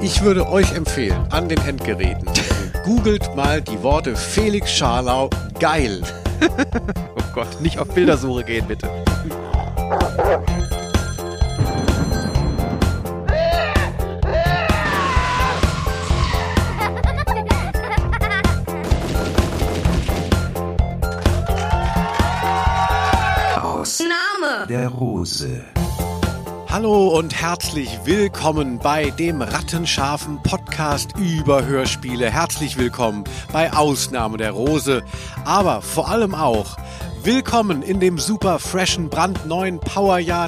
Ich würde euch empfehlen, an den Endgeräten, googelt mal die Worte Felix Scharlau, geil. Oh Gott, nicht auf Bildersuche gehen, bitte. Name der Rose. Hallo und herzlich willkommen bei dem rattenscharfen Podcast über Hörspiele. Herzlich willkommen bei Ausnahme der Rose, aber vor allem auch willkommen in dem super freshen, brandneuen Powerjahr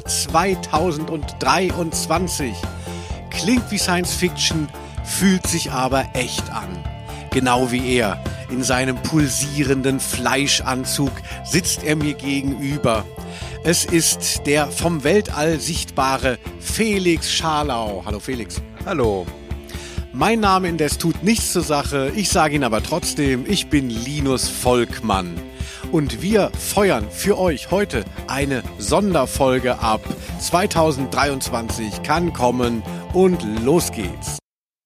2023. Klingt wie Science Fiction, fühlt sich aber echt an. Genau wie er. In seinem pulsierenden Fleischanzug sitzt er mir gegenüber. Es ist der vom Weltall sichtbare Felix Scharlau. Hallo Felix. Hallo. Mein Name indes tut nichts zur Sache, ich sage ihn aber trotzdem, ich bin Linus Volkmann. Und wir feuern für euch heute eine Sonderfolge ab. 2023 kann kommen und los geht's.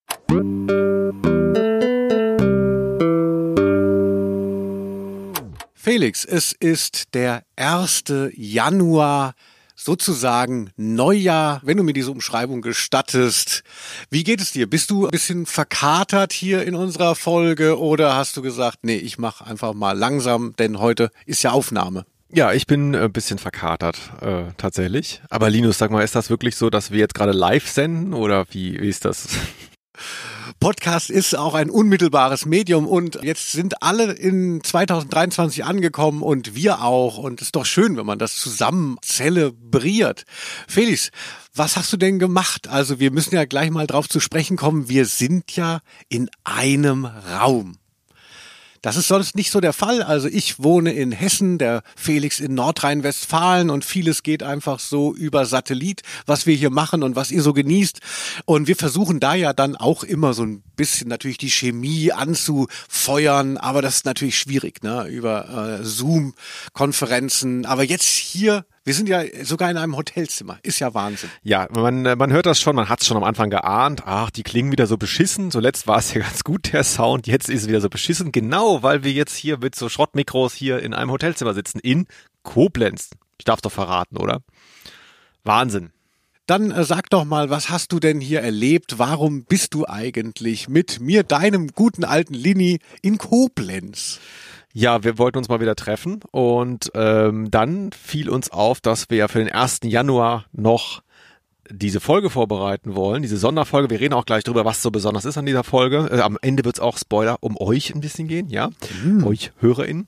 Felix, es ist der 1. Januar, sozusagen Neujahr, wenn du mir diese Umschreibung gestattest. Wie geht es dir? Bist du ein bisschen verkatert hier in unserer Folge oder hast du gesagt, nee, ich mache einfach mal langsam, denn heute ist ja Aufnahme? Ja, ich bin ein bisschen verkatert, tatsächlich. Aber Linus, sag mal, ist das wirklich so, dass wir jetzt gerade live senden oder wie ist das? Podcast ist auch ein unmittelbares Medium und jetzt sind alle in 2023 angekommen und wir auch und es ist doch schön, wenn man das zusammen zelebriert. Felix, was hast du denn gemacht? Also wir müssen ja gleich mal drauf zu sprechen kommen, wir sind ja in einem Raum. Das ist sonst nicht so der Fall. Also ich wohne in Hessen, der Felix in Nordrhein-Westfalen und vieles geht einfach so über Satellit, was wir hier machen und was ihr so genießt. Und wir versuchen da ja dann auch immer so ein bisschen natürlich die Chemie anzufeuern, aber das ist natürlich schwierig, ne, über Zoom-Konferenzen. Aber jetzt hier, wir sind ja sogar in einem Hotelzimmer. Ist ja Wahnsinn. Ja, man hört das schon, man hat es schon am Anfang geahnt. Ach, die klingen wieder so beschissen. Zuletzt war es ja ganz gut, der Sound. Jetzt ist es wieder so beschissen. Genau, weil wir jetzt hier mit so Schrottmikros hier in einem Hotelzimmer sitzen. In Koblenz. Ich darf doch verraten, oder? Wahnsinn. Dann sag doch mal, was hast du denn hier erlebt? Warum bist du eigentlich mit mir, deinem guten alten Lini, in Koblenz? Ja, wir wollten uns mal wieder treffen und dann fiel uns auf, dass wir ja für den 1. Januar noch diese Folge vorbereiten wollen, diese Sonderfolge. Wir reden auch gleich drüber, was so besonders ist an dieser Folge. Am Ende wird es auch, Spoiler, um euch ein bisschen gehen, ja, euch HörerInnen.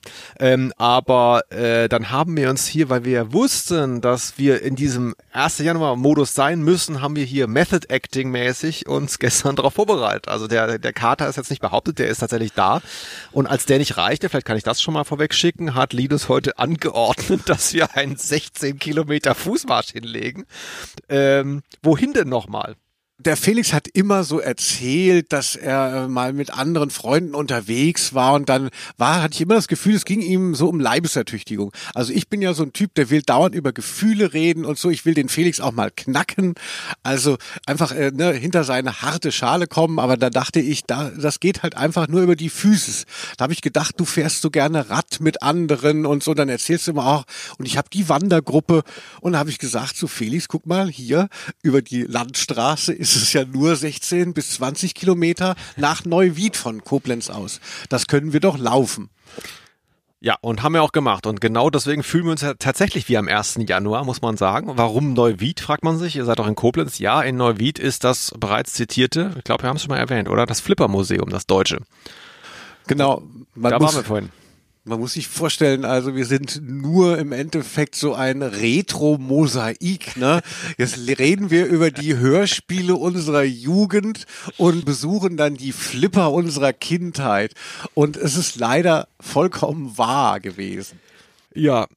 Aber dann haben wir uns hier, weil wir ja wussten, dass wir in diesem 1. Januar-Modus sein müssen, haben wir hier Method-Acting-mäßig uns gestern darauf vorbereitet. Also der Kater ist jetzt nicht behauptet, der ist tatsächlich da. Und als der nicht reichte, vielleicht kann ich das schon mal vorweg schicken, hat Linus heute angeordnet, dass wir einen 16 Kilometer Fußmarsch hinlegen. Wohin denn nochmal? Der Felix hat immer so erzählt, dass er mal mit anderen Freunden unterwegs war und dann hatte ich immer das Gefühl, es ging ihm so um Leibesertüchtigung. Also ich bin ja so ein Typ, der will dauernd über Gefühle reden und so. Ich will den Felix auch mal knacken. Also einfach hinter seine harte Schale kommen. Aber da dachte ich, das geht halt einfach nur über die Physis. Da habe ich gedacht, du fährst so gerne Rad mit anderen und so. Dann erzählst du immer auch. Und ich habe die Wandergruppe und da habe ich gesagt zu Felix, guck mal, hier über die Landstraße ist es ja nur 16 bis 20 Kilometer nach Neuwied von Koblenz aus. Das können wir doch laufen. Ja, und haben wir auch gemacht. Und genau deswegen fühlen wir uns ja tatsächlich wie am 1. Januar, muss man sagen. Warum Neuwied, fragt man sich. Ihr seid doch in Koblenz. Ja, in Neuwied ist das bereits zitierte, ich glaube, wir haben es schon mal erwähnt, oder? Das Flipper-Museum, das Deutsche. Genau. Da waren wir vorhin. Man muss sich vorstellen, also wir sind nur im Endeffekt so ein Retro-Mosaik, ne? Jetzt reden wir über die Hörspiele unserer Jugend und besuchen dann die Flipper unserer Kindheit. Und es ist leider vollkommen wahr gewesen. Ja,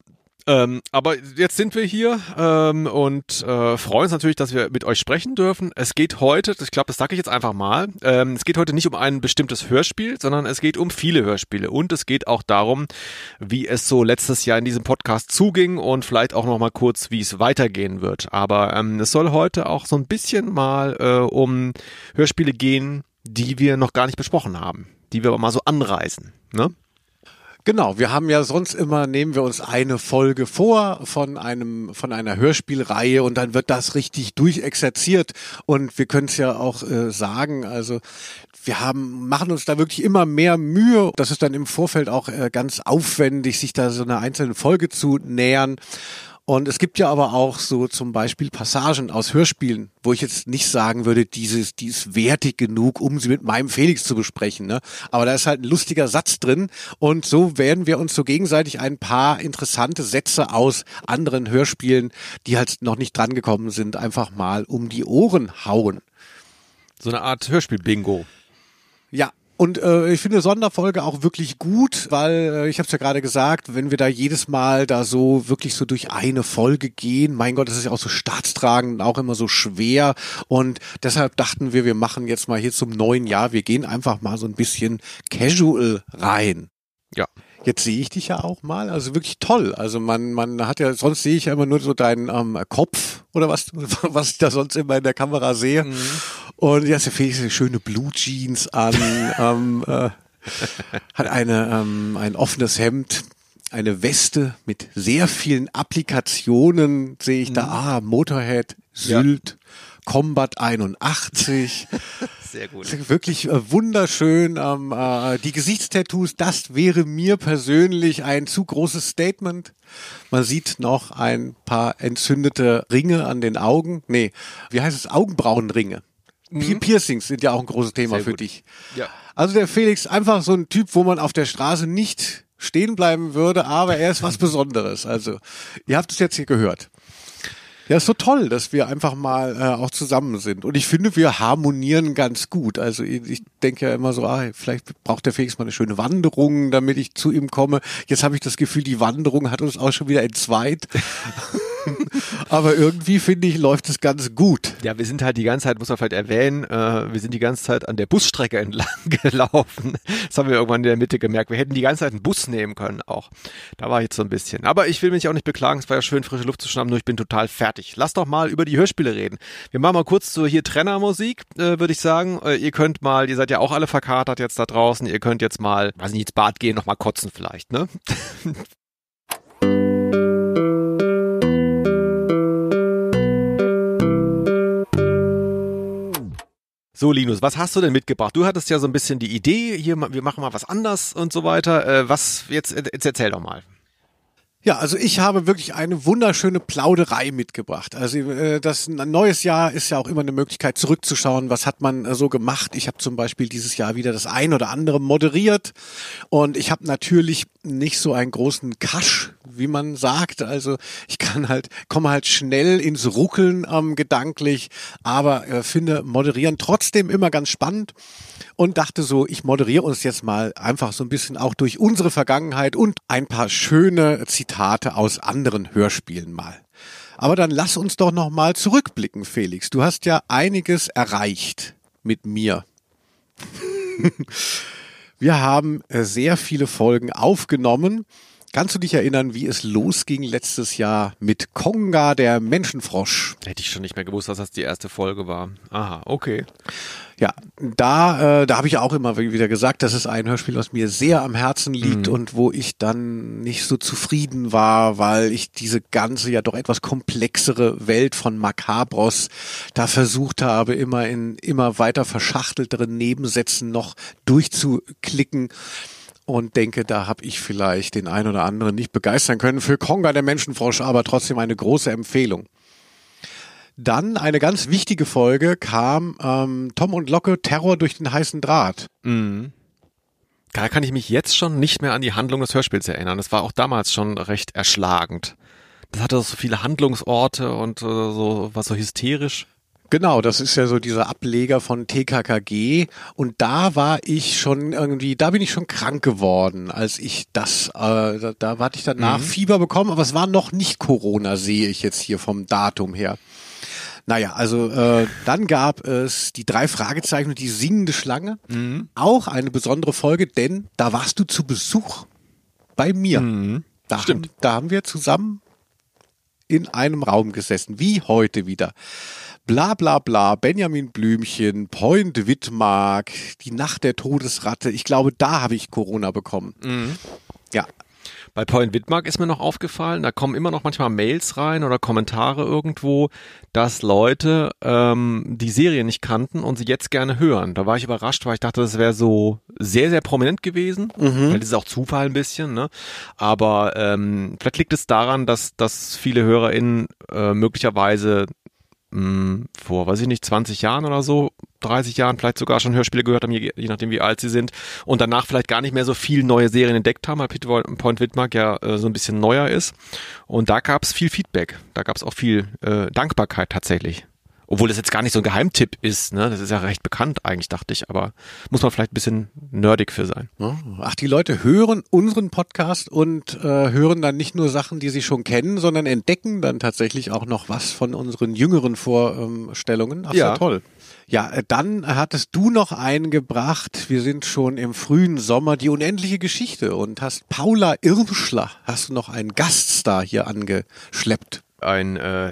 Aber jetzt sind wir hier und freuen uns natürlich, dass wir mit euch sprechen dürfen. Es geht heute, ich glaube, das sage ich jetzt einfach mal, es geht heute nicht um ein bestimmtes Hörspiel, sondern es geht um viele Hörspiele und es geht auch darum, wie es so letztes Jahr in diesem Podcast zuging und vielleicht auch noch mal kurz, wie es weitergehen wird. Aber es soll heute auch so ein bisschen mal um Hörspiele gehen, die wir noch gar nicht besprochen haben, die wir aber mal so anreißen, ne? Genau, wir haben ja sonst immer, nehmen wir uns eine Folge vor von einer Hörspielreihe und dann wird das richtig durchexerziert und wir können es ja auch sagen, also machen uns da wirklich immer mehr Mühe. Das ist dann im Vorfeld auch ganz aufwendig, sich da so einer einzelnen Folge zu nähern. Und es gibt ja aber auch so zum Beispiel Passagen aus Hörspielen, wo ich jetzt nicht sagen würde, die ist wertig genug, um sie mit meinem Felix zu besprechen, ne? Aber da ist halt ein lustiger Satz drin und so werden wir uns so gegenseitig ein paar interessante Sätze aus anderen Hörspielen, die halt noch nicht drangekommen sind, einfach mal um die Ohren hauen. So eine Art Hörspiel-Bingo. Ja. Und ich finde Sonderfolge auch wirklich gut, weil ich habe es ja gerade gesagt, wenn wir da jedes Mal da so wirklich so durch eine Folge gehen, mein Gott, das ist ja auch so staatstragend und auch immer so schwer und deshalb dachten wir machen jetzt mal hier zum neuen Jahr, wir gehen einfach mal so ein bisschen casual rein. Ja. Jetzt sehe ich dich ja auch mal, also wirklich toll. Also man hat ja, sonst sehe ich ja immer nur so deinen Kopf oder was ich da sonst immer in der Kamera sehe. Mhm. Und jetzt der Felix eine schöne Blue Jeans an, hat ein offenes Hemd, eine Weste mit sehr vielen Applikationen, sehe ich da, Motorhead, Sylt, ja. Combat 81. Sehr gut. Wirklich wunderschön. Die Gesichtstattoos, das wäre mir persönlich ein zu großes Statement. Man sieht noch ein paar entzündete Ringe an den Augen. Nee, wie heißt es? Augenbrauenringe. Piercings sind ja auch ein großes Thema für dich. Ja. Also der Felix, einfach so ein Typ, wo man auf der Straße nicht stehen bleiben würde, aber er ist was Besonderes. Also, ihr habt es jetzt hier gehört. Ja, ist so toll, dass wir einfach mal auch zusammen sind. Und ich finde, wir harmonieren ganz gut. Also ich denke ja immer so, vielleicht braucht der Felix mal eine schöne Wanderung, damit ich zu ihm komme. Jetzt habe ich das Gefühl, die Wanderung hat uns auch schon wieder entzweit. Aber irgendwie, finde ich, läuft es ganz gut. Ja, wir sind halt die ganze Zeit, muss man vielleicht erwähnen, wir sind die ganze Zeit an der Busstrecke entlang gelaufen. Das haben wir irgendwann in der Mitte gemerkt. Wir hätten die ganze Zeit einen Bus nehmen können auch. Da war ich jetzt so ein bisschen. Aber ich will mich auch nicht beklagen. Es war ja schön, frische Luft zu schnappen, nur ich bin total fertig. Lass doch mal über die Hörspiele reden. Wir machen mal kurz so hier Trennermusik, würde ich sagen. Ihr seid ja auch alle verkatert jetzt da draußen. Ihr könnt jetzt mal, weiß nicht, ins Bad gehen, noch mal kotzen vielleicht, ne? So, Linus, was hast du denn mitgebracht? Du hattest ja so ein bisschen die Idee, hier, wir machen mal was anders und so weiter. Jetzt erzähl doch mal. Ja, also ich habe wirklich eine wunderschöne Plauderei mitgebracht. Also ein neues Jahr ist ja auch immer eine Möglichkeit zurückzuschauen, was hat man so gemacht. Ich habe zum Beispiel dieses Jahr wieder das ein oder andere moderiert und ich habe natürlich nicht so einen großen Kasch, wie man sagt. Also ich komme halt schnell ins Ruckeln gedanklich, aber finde Moderieren trotzdem immer ganz spannend. Und dachte so, ich moderiere uns jetzt mal einfach so ein bisschen auch durch unsere Vergangenheit und ein paar schöne Zitate aus anderen Hörspielen mal. Aber dann lass uns doch noch mal zurückblicken, Felix. Du hast ja einiges erreicht mit mir. Wir haben sehr viele Folgen aufgenommen. Kannst du dich erinnern, wie es losging letztes Jahr mit Konga, der Menschenfrosch? Hätte ich schon nicht mehr gewusst, dass das die erste Folge war. Aha, okay. Ja, da habe ich auch immer wieder gesagt, das ist ein Hörspiel, was mir sehr am Herzen liegt und wo ich dann nicht so zufrieden war, weil ich diese ganze ja doch etwas komplexere Welt von Macabros da versucht habe, immer in immer weiter verschachtelteren Nebensätzen noch durchzuklicken. Und denke, da habe ich vielleicht den einen oder anderen nicht begeistern können. Für Konga, der Menschenfrosch, aber trotzdem eine große Empfehlung. Dann eine ganz wichtige Folge kam Tom und Locke, Terror durch den heißen Draht. Mhm. Da kann ich mich jetzt schon nicht mehr an die Handlung des Hörspiels erinnern. Das war auch damals schon recht erschlagend. Das hatte so viele Handlungsorte und war so hysterisch. Genau, das ist ja so dieser Ableger von TKKG und da war ich schon irgendwie, da bin ich schon krank geworden, als ich das, da hatte ich danach Fieber bekommen, aber es war noch nicht Corona, sehe ich jetzt hier vom Datum her. Naja, also dann gab es die 3 Fragezeichen und die singende Schlange, auch eine besondere Folge, denn da warst du zu Besuch bei mir. Stimmt. Da haben wir zusammen in einem Raum gesessen, wie heute wieder. Bla bla bla, Benjamin Blümchen, Point Wittmark, die Nacht der Todesratte. Ich glaube, da habe ich Corona bekommen. Ja. Bei Point Wittmark ist mir noch aufgefallen, da kommen immer noch manchmal Mails rein oder Kommentare irgendwo, dass Leute die Serie nicht kannten und sie jetzt gerne hören. Da war ich überrascht, weil ich dachte, das wäre so sehr, sehr prominent gewesen. Vielleicht ist es auch Zufall ein bisschen, ne? Aber vielleicht liegt es daran, dass viele HörerInnen möglicherweise vor, weiß ich nicht, 20 Jahren oder so, 30 Jahren vielleicht sogar schon Hörspiele gehört haben, je nachdem wie alt sie sind und danach vielleicht gar nicht mehr so viel neue Serien entdeckt haben, weil Point Wittmark ja so ein bisschen neuer ist und da gab es viel Feedback, da gab es auch viel Dankbarkeit tatsächlich. Obwohl das jetzt gar nicht so ein Geheimtipp ist, ne? Das ist ja recht bekannt eigentlich, dachte ich, aber muss man vielleicht ein bisschen nerdig für sein. Ach, die Leute hören unseren Podcast und hören dann nicht nur Sachen, die sie schon kennen, sondern entdecken dann tatsächlich auch noch was von unseren jüngeren Vorstellungen. Ach, ja, toll. Ja, dann hattest du noch eingebracht, wir sind schon im frühen Sommer, die unendliche Geschichte und hast Paula Irmschler, hast du noch einen Gaststar hier angeschleppt. Ein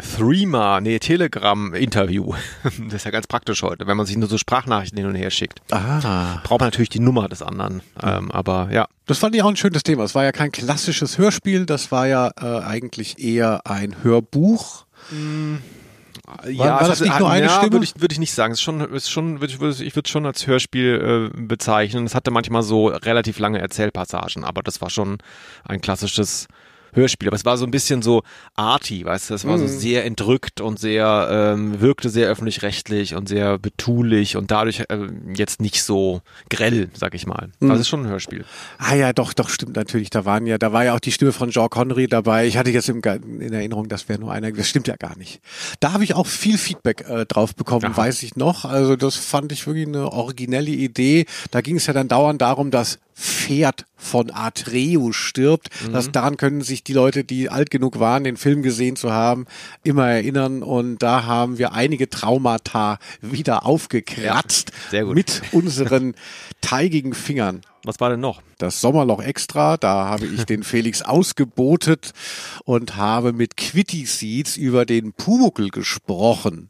Telegram-Interview. Das ist ja ganz praktisch heute, wenn man sich nur so Sprachnachrichten hin und her schickt. Braucht man natürlich die Nummer des anderen, aber ja. Das fand ich auch ein schönes Thema. Es war ja kein klassisches Hörspiel, das war ja eigentlich eher ein Hörbuch. Ja, war das nicht nur eine Stimme? Würde ich nicht sagen. Ich würde es schon als Hörspiel bezeichnen. Es hatte manchmal so relativ lange Erzählpassagen, aber das war schon ein klassisches Hörspiel, aber es war so ein bisschen so arty, weißt du, es war so sehr entrückt und sehr, wirkte sehr öffentlich-rechtlich und sehr betulich und dadurch jetzt nicht so grell, sag ich mal. Also es ist schon ein Hörspiel. Ah ja, doch, stimmt natürlich. Da war ja auch die Stimme von Jean Connery dabei. Ich hatte jetzt in Erinnerung, das wäre nur einer, das stimmt ja gar nicht. Da habe ich auch viel Feedback drauf bekommen, weiß ich noch. Also das fand ich wirklich eine originelle Idee. Da ging es ja dann dauernd darum, dass Pferd von Atreus stirbt. Daran können sich die Leute, die alt genug waren, den Film gesehen zu haben, immer erinnern. Und da haben wir einige Traumata wieder aufgekratzt mit unseren teigigen Fingern. Was war denn noch? Das Sommerloch Extra, da habe ich den Felix ausgebotet und habe mit Quitty Seeds über den Pumuckl gesprochen.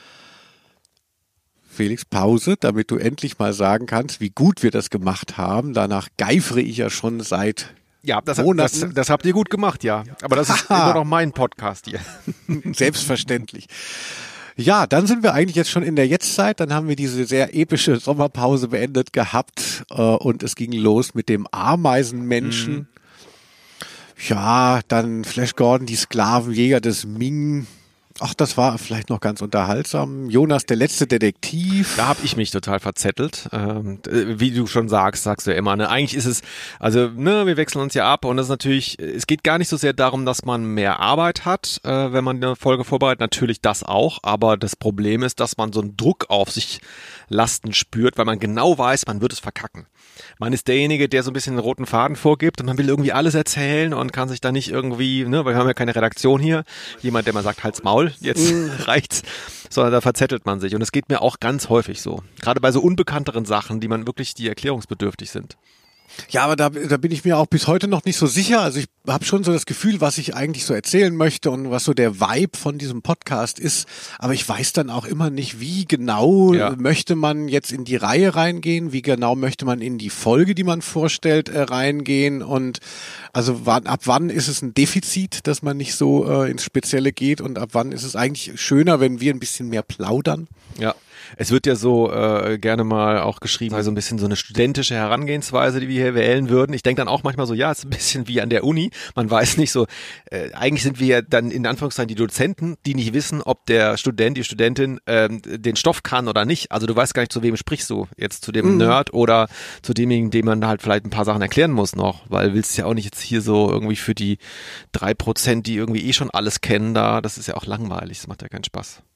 Felix, Pause, damit du endlich mal sagen kannst, wie gut wir das gemacht haben. Danach geifere ich ja schon seit Monaten. Das habt ihr gut gemacht, ja. Aber das ist immer noch mein Podcast hier. Selbstverständlich. Ja, dann sind wir eigentlich jetzt schon in der Jetztzeit. Dann haben wir diese sehr epische Sommerpause beendet gehabt und es ging los mit dem Ameisenmenschen. Ja, dann Flash Gordon, die Sklavenjäger des Ming. Ach, das war vielleicht noch ganz unterhaltsam. Jonas, der letzte Detektiv. Da habe ich mich total verzettelt. Wie du schon sagst du ja immer, ne? Eigentlich ist es, wir wechseln uns ja ab und das ist natürlich, es geht gar nicht so sehr darum, dass man mehr Arbeit hat, wenn man eine Folge vorbereitet. Natürlich das auch, aber das Problem ist, dass man so einen Druck auf sich lasten spürt, weil man genau weiß, man wird es verkacken. Man ist derjenige, der so ein bisschen einen roten Faden vorgibt und man will irgendwie alles erzählen und kann sich da nicht irgendwie, weil wir haben ja keine Redaktion hier, jemand, der mal sagt, halt's Maul, jetzt reicht's, sondern da verzettelt man sich und es geht mir auch ganz häufig so. Gerade bei so unbekannteren Sachen, die erklärungsbedürftig sind. Ja, aber da bin ich mir auch bis heute noch nicht so sicher. Also ich habe schon so das Gefühl, was ich eigentlich so erzählen möchte und was so der Vibe von diesem Podcast ist. Aber ich weiß dann auch immer nicht, wie genau möchte man jetzt in die Reihe reingehen, wie genau möchte man in die Folge, die man vorstellt, reingehen. Und also ab wann ist es ein Defizit, dass man nicht so ins Spezielle geht und ab wann ist es eigentlich schöner, wenn wir ein bisschen mehr plaudern? Ja. Es wird ja so gerne mal auch geschrieben, also ein bisschen so eine studentische Herangehensweise, die wir hier wählen würden. Ich denke dann auch manchmal so, ja, es ist ein bisschen wie an der Uni. Man weiß nicht so, eigentlich sind wir ja dann in Anführungszeichen die Dozenten, die nicht wissen, ob der Student, die Studentin den Stoff kann oder nicht. Also du weißt gar nicht, zu wem sprichst du. Jetzt zu dem Nerd oder zu demjenigen, dem man halt vielleicht ein paar Sachen erklären muss noch, weil willst ja auch nicht jetzt hier so irgendwie für die 3%, die irgendwie schon alles kennen, das ist ja auch langweilig, das macht ja keinen Spaß.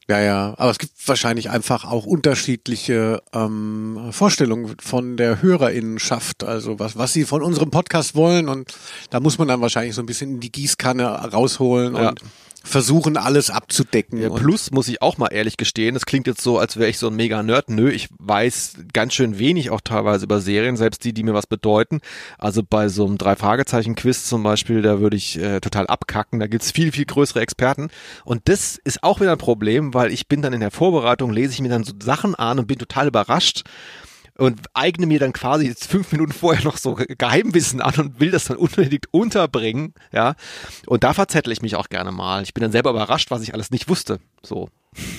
Ja, aber es gibt wahrscheinlich einfach auch unterschiedliche Vorstellungen von der Hörerinnenschaft, also was sie von unserem Podcast wollen, und da muss man dann wahrscheinlich so ein bisschen in die Gießkanne rausholen und versuchen, alles abzudecken. Ja, plus muss ich auch mal ehrlich gestehen, das klingt jetzt so, als wäre ich so ein Mega-Nerd. Nö, ich weiß ganz schön wenig auch teilweise über Serien, selbst die mir was bedeuten. Also bei so einem 3-Fragezeichen-Quiz zum Beispiel, da würde ich total abkacken. Da gibt's viel, viel größere Experten. Und das ist auch wieder ein Problem, weil ich bin dann in der Vorbereitung, lese ich mir dann so Sachen an und bin total überrascht. Und eigne mir dann quasi jetzt 5 Minuten vorher noch so Geheimwissen an und will das dann unbedingt unterbringen, ja. Und da verzettle ich mich auch gerne mal. Ich bin dann selber überrascht, was ich alles nicht wusste, so.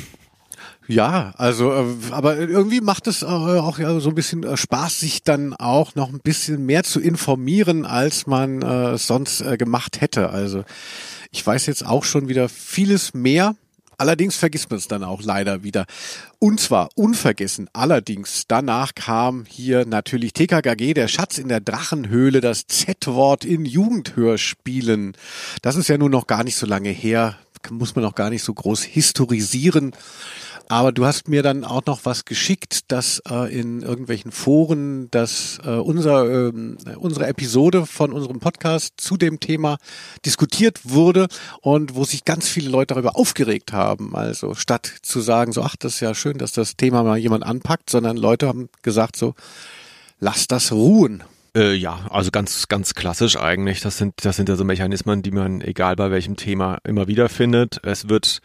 Ja, also, aber irgendwie macht es auch ja so ein bisschen Spaß, sich dann auch noch ein bisschen mehr zu informieren, als man es sonst gemacht hätte. Also, ich weiß jetzt auch schon wieder vieles mehr. Allerdings vergisst man es dann auch leider wieder. Und zwar unvergessen. Allerdings, danach kam hier natürlich TKKG, der Schatz in der Drachenhöhle, das Z-Wort in Jugendhörspielen. Das ist ja nun noch gar nicht so lange her, muss man auch gar nicht so groß historisieren. Aber du hast mir dann auch noch was geschickt, dass in irgendwelchen Foren, dass unsere Episode von unserem Podcast zu dem Thema diskutiert wurde und wo sich ganz viele Leute darüber aufgeregt haben. Also statt zu sagen so, ach, das ist ja schön, dass das Thema mal jemand anpackt, sondern Leute haben gesagt so, lass das ruhen. Ja, also ganz, ganz klassisch eigentlich. Das sind ja so Mechanismen, die man, egal bei welchem Thema, immer wieder findet. Es wird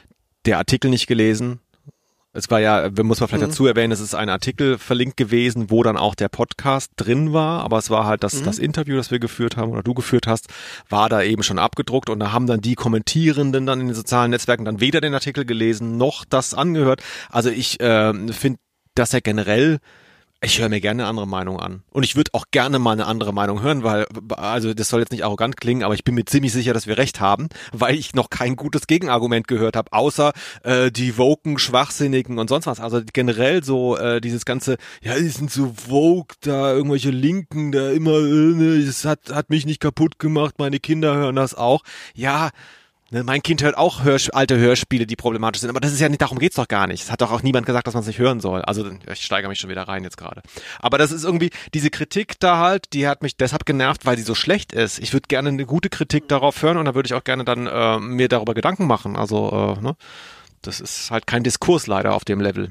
der Artikel nicht gelesen. Es war ja, muss man vielleicht dazu erwähnen, es ist ein Artikel verlinkt gewesen, wo dann auch der Podcast drin war, aber es war halt das Interview, das wir geführt haben oder du geführt hast, war da eben schon abgedruckt und da haben dann die Kommentierenden dann in den sozialen Netzwerken dann weder den Artikel gelesen, noch das angehört. Also ich finde, dass er generell, ich höre mir gerne eine andere Meinung an. Und ich würde auch gerne mal eine andere Meinung hören, weil, also das soll jetzt nicht arrogant klingen, aber ich bin mir ziemlich sicher, dass wir recht haben, weil ich noch kein gutes Gegenargument gehört habe, außer die woken, Schwachsinnigen und sonst was. Also generell so dieses ganze, ja, die sind so woke, da irgendwelche Linken, da immer, das hat mich nicht kaputt gemacht, meine Kinder hören das auch. Ja, mein Kind hört auch alte Hörspiele, die problematisch sind, aber das ist ja nicht, darum geht's doch gar nicht. Es hat doch auch niemand gesagt, dass man es nicht hören soll. Also ich steigere mich schon wieder rein jetzt gerade. Aber das ist irgendwie, diese Kritik da halt, die hat mich deshalb genervt, weil sie so schlecht ist. Ich würde gerne eine gute Kritik darauf hören und dann würde ich auch gerne dann mir darüber Gedanken machen. Also, ne? Das ist halt kein Diskurs leider auf dem Level.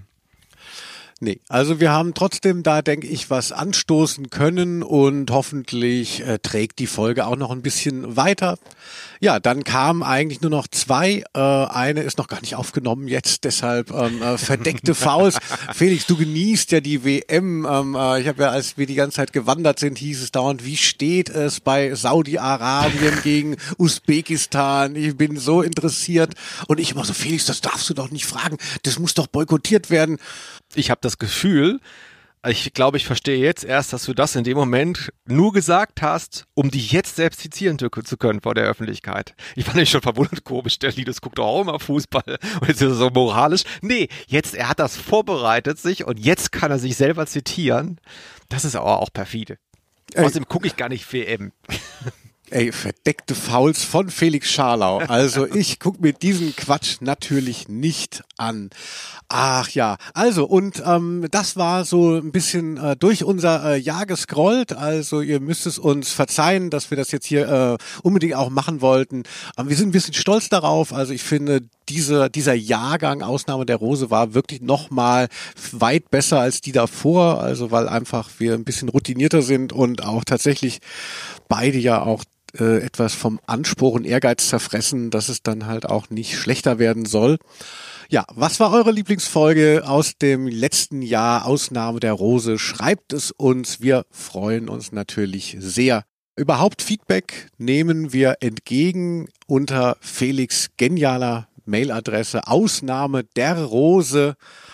Nee, also wir haben trotzdem da, denke ich, was anstoßen können und hoffentlich trägt die Folge auch noch ein bisschen weiter. Ja, dann kamen eigentlich nur noch 2. Eine ist noch gar nicht aufgenommen jetzt, deshalb verdeckte Fouls. Felix, du genießt ja die WM. Ich habe ja, als wir die ganze Zeit gewandert sind, hieß es dauernd, wie steht es bei Saudi-Arabien gegen Usbekistan? Ich bin so interessiert. Und ich immer so, Felix, das darfst du doch nicht fragen. Das muss doch boykottiert werden. Ich habe das Gefühl, ich glaube, ich verstehe jetzt erst, dass du das in dem Moment nur gesagt hast, um dich jetzt selbst zitieren zu können vor der Öffentlichkeit. Ich war nämlich schon verwundert, komisch, der Linus guckt doch auch immer Fußball und jetzt ist er so moralisch. Nee, jetzt, er hat das vorbereitet sich und jetzt kann er sich selber zitieren. Das ist aber auch perfide. Außerdem gucke ich gar nicht WM. Ey, verdeckte Fouls von Felix Scharlau. Also ich gucke mir diesen Quatsch natürlich nicht an. Ach ja, also und das war so ein bisschen durch unser Jahr gescrollt. Also ihr müsst es uns verzeihen, dass wir das jetzt hier unbedingt auch machen wollten. Wir sind ein bisschen stolz darauf. Also ich finde, dieser Jahrgang Ausnahme der Rose war wirklich nochmal weit besser als die davor. Also weil einfach wir ein bisschen routinierter sind und auch tatsächlich beide ja auch etwas vom Anspruch und Ehrgeiz zerfressen, dass es dann halt auch nicht schlechter werden soll. Ja, was war eure Lieblingsfolge aus dem letzten Jahr Ausnahme der Rose? Schreibt es uns, wir freuen uns natürlich sehr. Überhaupt Feedback nehmen wir entgegen unter Felix genialer Mailadresse Ausnahme der Rose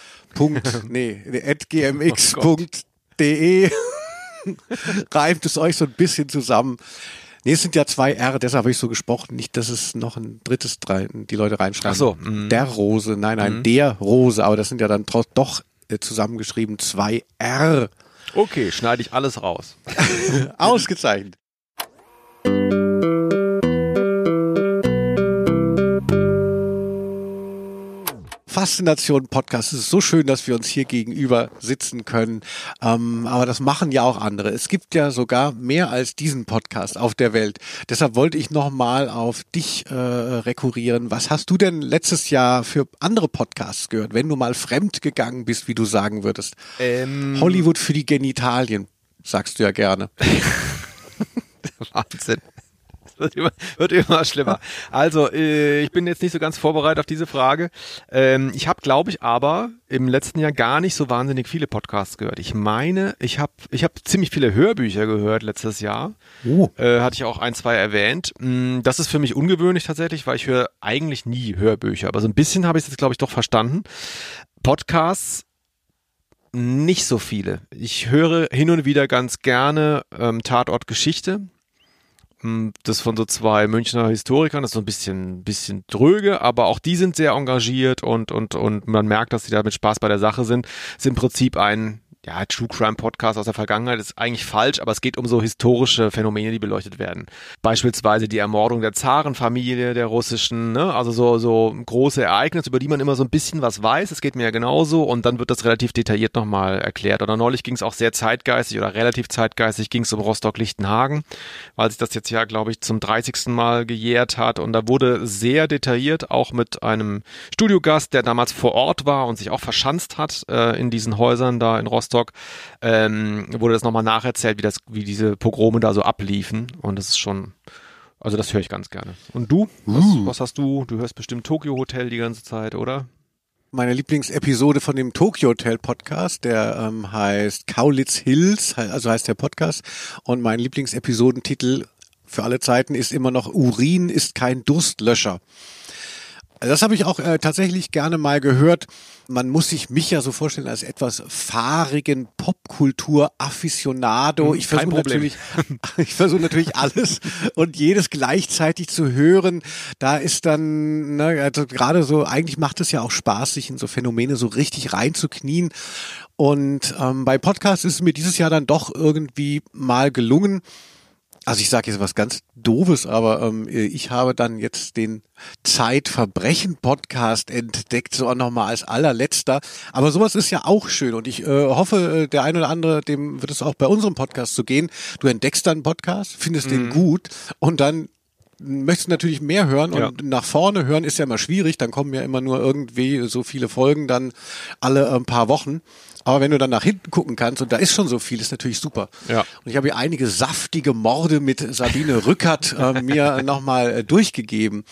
@gmx.de. Reimt es euch so ein bisschen zusammen. Nee, es sind ja 2 R, deshalb habe ich so gesprochen. Nicht, dass es noch ein drittes die Leute reinschreiben. Ach so. Der Rose, nein, der Rose. Aber das sind ja dann doch zusammengeschrieben 2 R. Okay, schneide ich alles raus. Ausgezeichnet. Faszination Podcast. Es ist so schön, dass wir uns hier gegenüber sitzen können. Aber das machen ja auch andere. Es gibt ja sogar mehr als diesen Podcast auf der Welt. Deshalb wollte ich nochmal auf dich rekurrieren. Was hast du denn letztes Jahr für andere Podcasts gehört, wenn du mal fremd gegangen bist, wie du sagen würdest? Hollywood für die Genitalien, sagst du ja gerne. Wahnsinn. Wird immer schlimmer. Also, ich bin jetzt nicht so ganz vorbereitet auf diese Frage. Ich habe, glaube ich, aber im letzten Jahr gar nicht so wahnsinnig viele Podcasts gehört. Ich meine, ich hab ziemlich viele Hörbücher gehört letztes Jahr. Hatte ich auch 1, 2 erwähnt. Das ist für mich ungewöhnlich tatsächlich, weil ich höre eigentlich nie Hörbücher. Aber so ein bisschen habe ich es jetzt, glaube ich, doch verstanden. Podcasts nicht so viele. Ich höre hin und wieder ganz gerne Tatort Geschichte. Das von so 2 Münchner Historikern, das ist so ein bisschen dröge, aber auch die sind sehr engagiert und man merkt, dass sie da mit Spaß bei der Sache sind. Ist im Prinzip ein True Crime Podcast aus der Vergangenheit, ist eigentlich falsch, aber es geht um so historische Phänomene, die beleuchtet werden. Beispielsweise die Ermordung der Zarenfamilie, der russischen, ne? Also so große Ereignisse, über die man immer so ein bisschen was weiß. Es geht mir ja genauso und dann wird das relativ detailliert nochmal erklärt. Oder neulich ging es auch sehr zeitgeistig oder relativ zeitgeistig, ging es um Rostock-Lichtenhagen, weil sich das jetzt ja, glaube ich, zum 30. Mal gejährt hat und da wurde sehr detailliert, auch mit einem Studiogast, der damals vor Ort war und sich auch verschanzt hat in diesen Häusern da in Rostock, wurde das nochmal nacherzählt, wie diese Pogrome da so abliefen. Und das ist schon, also das höre ich ganz gerne. Und du? Was hast du? Du hörst bestimmt Tokyo Hotel die ganze Zeit, oder? Meine Lieblingsepisode von dem Tokyo Hotel Podcast, der heißt Kaulitz Hills, also heißt der Podcast. Und mein Lieblingsepisodentitel für alle Zeiten ist immer noch Urin ist kein Durstlöscher. Das habe ich auch tatsächlich gerne mal gehört. Man muss sich mich ja so vorstellen als etwas fahrigen Popkultur-Afficionado. Ich versuche natürlich alles und jedes gleichzeitig zu hören. Da ist dann, also gerade so, eigentlich macht es ja auch Spaß, sich in so Phänomene so richtig reinzuknien. Und bei Podcasts ist es mir dieses Jahr dann doch irgendwie mal gelungen. Also ich sage jetzt was ganz Doofes, aber ich habe dann jetzt den Zeitverbrechen-Podcast entdeckt, so auch nochmal als allerletzter. Aber sowas ist ja auch schön und ich hoffe, der ein oder andere, dem wird es auch bei unserem Podcast so gehen. Du entdeckst dann einen Podcast, findest den gut und dann möchtest natürlich mehr hören und nach vorne hören ist ja immer schwierig, dann kommen ja immer nur irgendwie so viele Folgen dann alle ein paar Wochen. Aber wenn du dann nach hinten gucken kannst und da ist schon so viel, ist natürlich super. Ja. Und ich habe hier einige saftige Morde mit Sabine Rückert mir nochmal durchgegeben.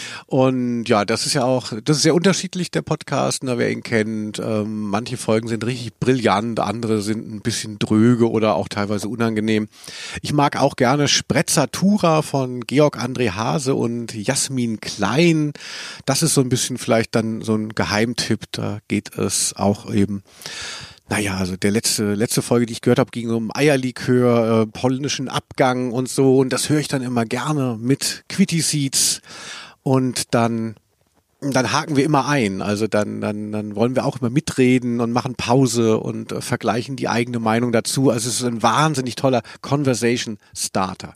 Und ja, das ist sehr unterschiedlich, der Podcast, wer ihn kennt. Manche Folgen sind richtig brillant, andere sind ein bisschen dröge oder auch teilweise unangenehm. Ich mag auch gerne Sprezzatura von Georg André Hase und Jasmin Klein. Das ist so ein bisschen vielleicht dann so ein Geheimtipp, da geht es auch eben. Naja, also der letzte Folge, die ich gehört habe, ging um Eierlikör, polnischen Abgang und so. Und das höre ich dann immer gerne mit Quitty Seeds. Und dann haken wir immer ein. Also dann wollen wir auch immer mitreden und machen Pause und vergleichen die eigene Meinung dazu. Also es ist ein wahnsinnig toller Conversation Starter.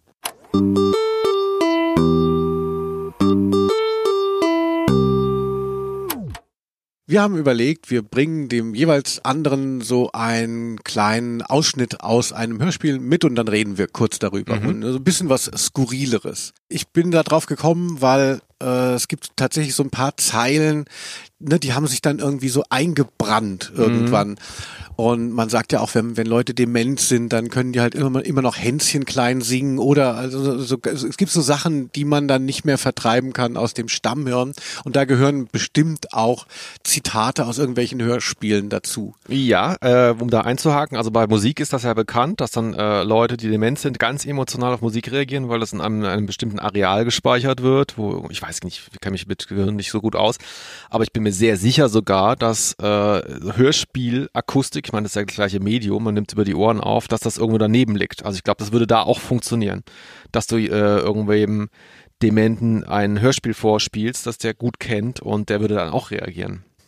Wir haben überlegt, wir bringen dem jeweils anderen so einen kleinen Ausschnitt aus einem Hörspiel mit und dann reden wir kurz darüber. Und so ein bisschen was Skurrileres. Ich bin da drauf gekommen, weil es gibt tatsächlich so ein paar Zeilen, die haben sich dann irgendwie so eingebrannt irgendwann. Und man sagt ja auch, wenn Leute dement sind, dann können die halt immer noch Hänschen klein singen oder also es gibt so Sachen, die man dann nicht mehr vertreiben kann aus dem Stammhirn. Und da gehören bestimmt auch Zitate aus irgendwelchen Hörspielen dazu. Ja, um da einzuhaken, also bei Musik ist das ja bekannt, dass dann Leute, die dement sind, ganz emotional auf Musik reagieren, weil das in einem bestimmten Areal gespeichert wird, wo, ich weiß nicht, ich kenne mich mit Gehirn nicht so gut aus, aber ich bin mir sehr sicher sogar, dass Hörspielakustik, ich meine, das ist ja das gleiche Medium, man nimmt es über die Ohren auf, dass das irgendwo daneben liegt. Also ich glaube, das würde da auch funktionieren, dass du irgendwem Dementen ein Hörspiel vorspielst, das der gut kennt und der würde dann auch reagieren.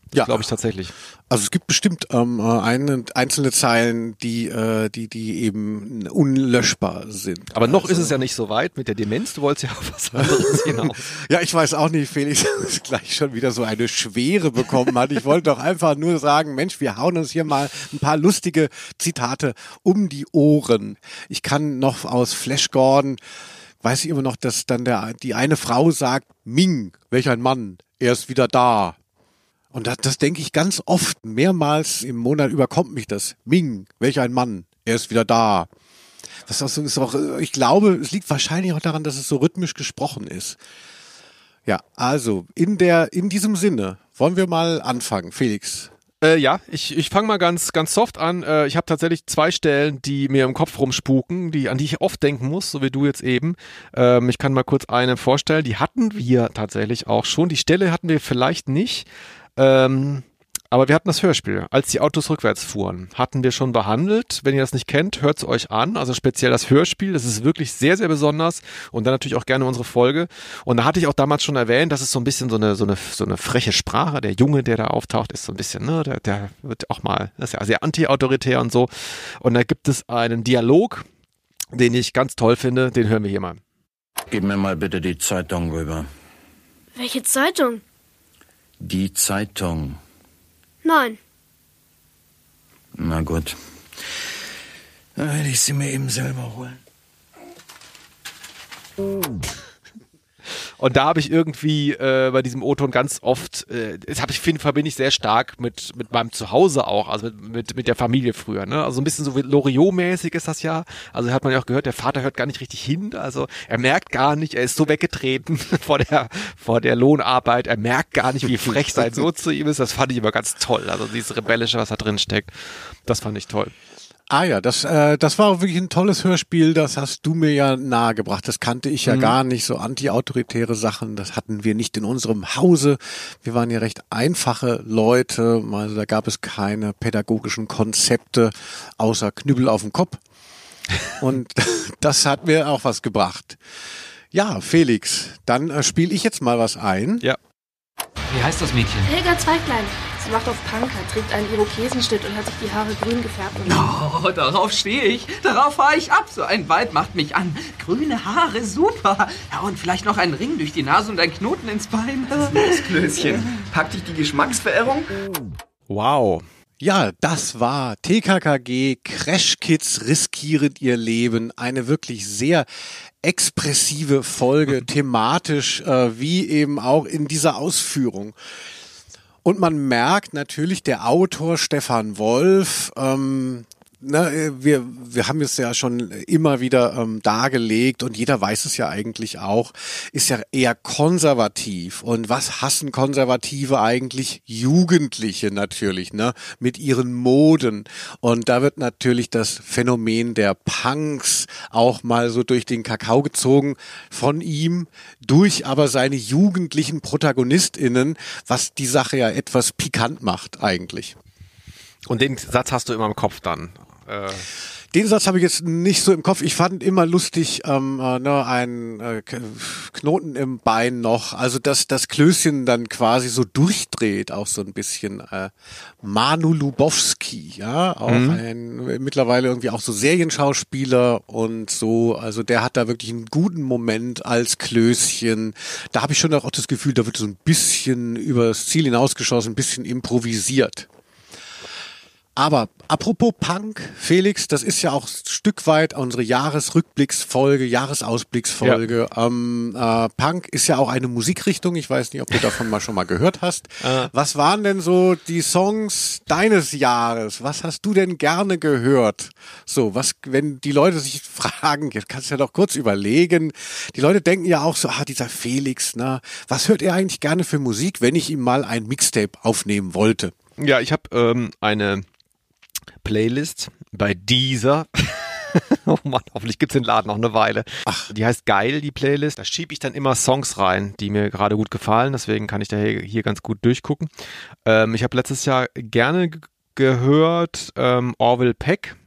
Ja, glaube ich tatsächlich. Also es gibt bestimmt einzelne Zeilen, die eben unlöschbar sind. Aber noch ist es ja nicht so weit mit der Demenz. Du wolltest ja auf was anderes hinaus. Ja, ich weiß auch nicht, Felix, dass gleich schon wieder so eine Schwere bekommen hat. Ich wollte doch einfach nur sagen, Mensch, wir hauen uns hier mal ein paar lustige Zitate um die Ohren. Ich kann noch aus Flash Gordon, weiß ich immer noch, dass dann die eine Frau sagt, Ming, welch ein Mann, er ist wieder da. Und das denke ich ganz oft, mehrmals im Monat überkommt mich das. Ming, welch ein Mann, er ist wieder da. Das ist auch, ich glaube, es liegt wahrscheinlich auch daran, dass es so rhythmisch gesprochen ist. Ja, also in diesem Sinne wollen wir mal anfangen, Felix. Ja, ich fange mal ganz soft an. Ich habe tatsächlich 2 Stellen, die mir im Kopf rumspuken, an die ich oft denken muss, so wie du jetzt eben. Ich kann mal kurz eine vorstellen. Die hatten wir tatsächlich auch schon. Die Stelle hatten wir vielleicht nicht. Aber wir hatten das Hörspiel, als die Autos rückwärts fuhren, hatten wir schon behandelt. Wenn ihr das nicht kennt, hört es euch an. Also speziell das Hörspiel, das ist wirklich sehr, sehr besonders. Und dann natürlich auch gerne unsere Folge. Und da hatte ich auch damals schon erwähnt, das ist so ein bisschen so eine freche Sprache. Der Junge, der da auftaucht, ist so ein bisschen, ne, der wird auch mal, das ist ja sehr anti-autoritär und so. Und da gibt es einen Dialog, den ich ganz toll finde, den hören wir hier mal. Gib mir mal bitte die Zeitung rüber. Welche Zeitung? Die Zeitung. Nein. Na gut. Dann werde ich sie mir eben selber holen. Und da habe ich irgendwie bei diesem O-Ton ganz oft, verbinde ich sehr stark mit meinem Zuhause auch, also mit der Familie früher. Ne? Also ein bisschen so Loriot-mäßig ist das ja. Also hat man ja auch gehört, der Vater hört gar nicht richtig hin. Also er merkt gar nicht, er ist so weggetreten vor der Lohnarbeit. Er merkt gar nicht, wie frech sein Sohn zu ihm ist. Das fand ich immer ganz toll. Also dieses Rebellische, was da drin steckt, das fand ich toll. Ah ja, das war auch wirklich ein tolles Hörspiel, das hast du mir ja nahegebracht. Das kannte ich ja gar nicht, so anti-autoritäre Sachen, das hatten wir nicht in unserem Hause. Wir waren ja recht einfache Leute, also da gab es keine pädagogischen Konzepte außer Knüppel auf dem Kopf. Und das hat mir auch was gebracht. Ja, Felix, dann spiele ich jetzt mal was ein. Ja. Wie heißt das Mädchen? Helga Zweiglein. Sie macht auf Punker, trägt einen Irokesenschnitt und hat sich die Haare grün gefärbt. Oh, darauf stehe ich. Darauf fahre ich ab. So ein Weib macht mich an. Grüne Haare, super. Ja, und vielleicht noch einen Ring durch die Nase und einen Knoten ins Bein. Das Klößchen. Packt dich die Geschmacksverirrung? Wow. Ja, das war TKKG, Crash Kids riskieren ihr Leben. Eine wirklich sehr expressive Folge, thematisch, wie eben auch in dieser Ausführung. Und man merkt natürlich, der Autor Stefan Wolf, wir haben es ja schon immer wieder dargelegt und jeder weiß es ja eigentlich auch, ist ja eher konservativ. Und was hassen Konservative eigentlich? Jugendliche natürlich, ne, mit ihren Moden. Und da wird natürlich das Phänomen der Punks auch mal so durch den Kakao gezogen von ihm, durch aber seine jugendlichen ProtagonistInnen, was die Sache ja etwas pikant macht eigentlich. Und den Satz hast du immer im Kopf dann. Den Satz habe ich jetzt nicht so im Kopf. Ich fand immer lustig, ein Knoten im Bein noch. Also dass das Klößchen dann quasi so durchdreht, auch so ein bisschen. Manu Lubowski, ja, auch ein mittlerweile irgendwie auch so Serienschauspieler und so. Also der hat da wirklich einen guten Moment als Klößchen. Da habe ich schon auch das Gefühl, da wird so ein bisschen über das Ziel hinausgeschossen, ein bisschen improvisiert. Aber apropos Punk, Felix, das ist ja auch ein Stück weit unsere Jahresausblicksfolge. Ja. Punk ist ja auch eine Musikrichtung. Ich weiß nicht, ob du davon schon mal gehört hast. Was waren denn so die Songs deines Jahres? Was hast du denn gerne gehört? So, wenn die Leute sich fragen, jetzt kannst du ja doch kurz überlegen. Die Leute denken ja auch so, dieser Felix, was hört er eigentlich gerne für Musik, wenn ich ihm mal ein Mixtape aufnehmen wollte? Ja, ich habe eine Playlist bei Deezer. Oh Mann, hoffentlich gibt's den Laden noch eine Weile. Die heißt Geil, die Playlist. Da schiebe ich dann immer Songs rein, die mir gerade gut gefallen. Deswegen kann ich da hier ganz gut durchgucken. Ich habe letztes Jahr gerne gehört Orville Peck.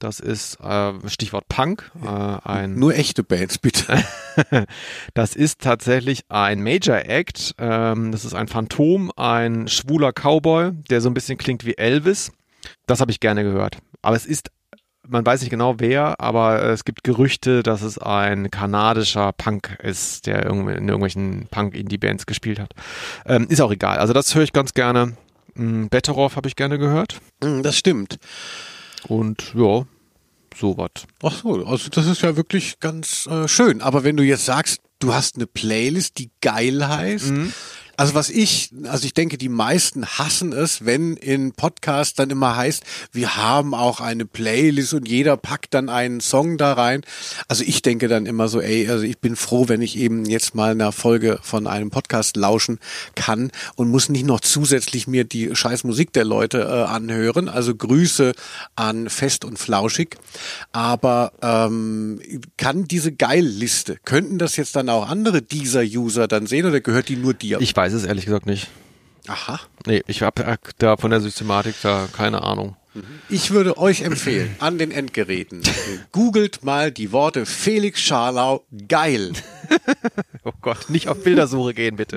Das ist Stichwort Punk. Nur echte Bands, bitte. Das ist tatsächlich ein Major Act. Das ist ein Phantom, ein schwuler Cowboy, der so ein bisschen klingt wie Elvis. Das habe ich gerne gehört. Aber man weiß nicht genau wer, aber es gibt Gerüchte, dass es ein kanadischer Punk ist, der in irgendwelchen Punk-Indie-Bands gespielt hat. Ist auch egal. Also das höre ich ganz gerne. Betteroff habe ich gerne gehört. Das stimmt. Und ja, sowas. Ach so, also das ist ja wirklich ganz schön. Aber wenn du jetzt sagst, du hast eine Playlist, die geil heißt, also ich denke, die meisten hassen es, wenn in Podcasts dann immer heißt, wir haben auch eine Playlist und jeder packt dann einen Song da rein. Also ich denke dann immer so, also ich bin froh, wenn ich eben jetzt mal einer Folge von einem Podcast lauschen kann und muss nicht noch zusätzlich mir die scheiß Musik der Leute anhören. Also Grüße an Fest und Flauschig. Aber kann diese Geil-Liste, könnten das jetzt dann auch andere dieser User dann sehen oder gehört die nur dir? Ich weiß es ehrlich gesagt nicht. Aha. Nee, ich habe da von der Systematik da keine Ahnung. Ich würde euch empfehlen, an den Endgeräten, googelt mal die Worte Felix Scharlau, geil. Oh Gott, nicht auf Bildersuche gehen, bitte.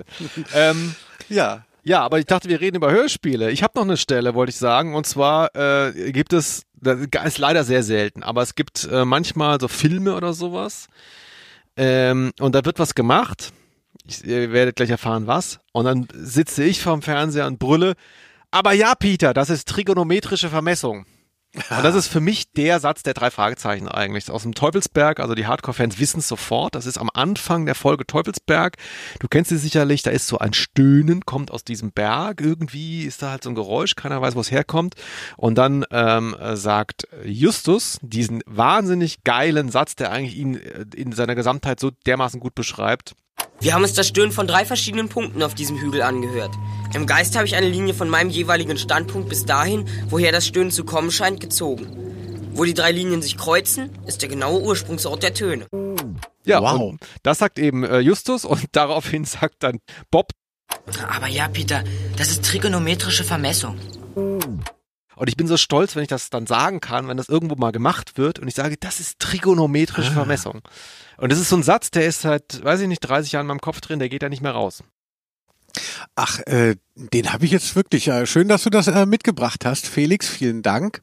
Ja. Ja, aber ich dachte, wir reden über Hörspiele. Ich habe noch eine Stelle, wollte ich sagen. Und zwar gibt es, das ist leider sehr selten, aber es gibt manchmal so Filme oder sowas. Und da wird was gemacht. Ihr werdet gleich erfahren, was. Und dann sitze ich vorm Fernseher und brülle, aber ja, Peter, das ist trigonometrische Vermessung. Und das ist für mich der Satz der 3 Fragezeichen eigentlich. Aus dem Teufelsberg, also die Hardcore-Fans wissen es sofort. Das ist am Anfang der Folge Teufelsberg. Du kennst sie sicherlich, da ist so ein Stöhnen, kommt aus diesem Berg. Irgendwie ist da halt so ein Geräusch, keiner weiß, wo es herkommt. Und dann sagt Justus diesen wahnsinnig geilen Satz, der eigentlich ihn in seiner Gesamtheit so dermaßen gut beschreibt. Wir haben uns das Stöhnen von 3 verschiedenen Punkten auf diesem Hügel angehört. Im Geist habe ich eine Linie von meinem jeweiligen Standpunkt bis dahin, woher das Stöhnen zu kommen scheint, gezogen. Wo die 3 Linien sich kreuzen, ist der genaue Ursprungsort der Töne. Ja, wow. Und das sagt eben Justus und daraufhin sagt dann Bob. Aber ja, Peter, das ist trigonometrische Vermessung. Und ich bin so stolz, wenn ich das dann sagen kann, wenn das irgendwo mal gemacht wird und ich sage, das ist trigonometrische Vermessung. Und das ist so ein Satz, der ist seit, weiß ich nicht, 30 Jahren in meinem Kopf drin, der geht da nicht mehr raus. Ach, den habe ich jetzt wirklich. Schön, dass du das mitgebracht hast, Felix. Vielen Dank.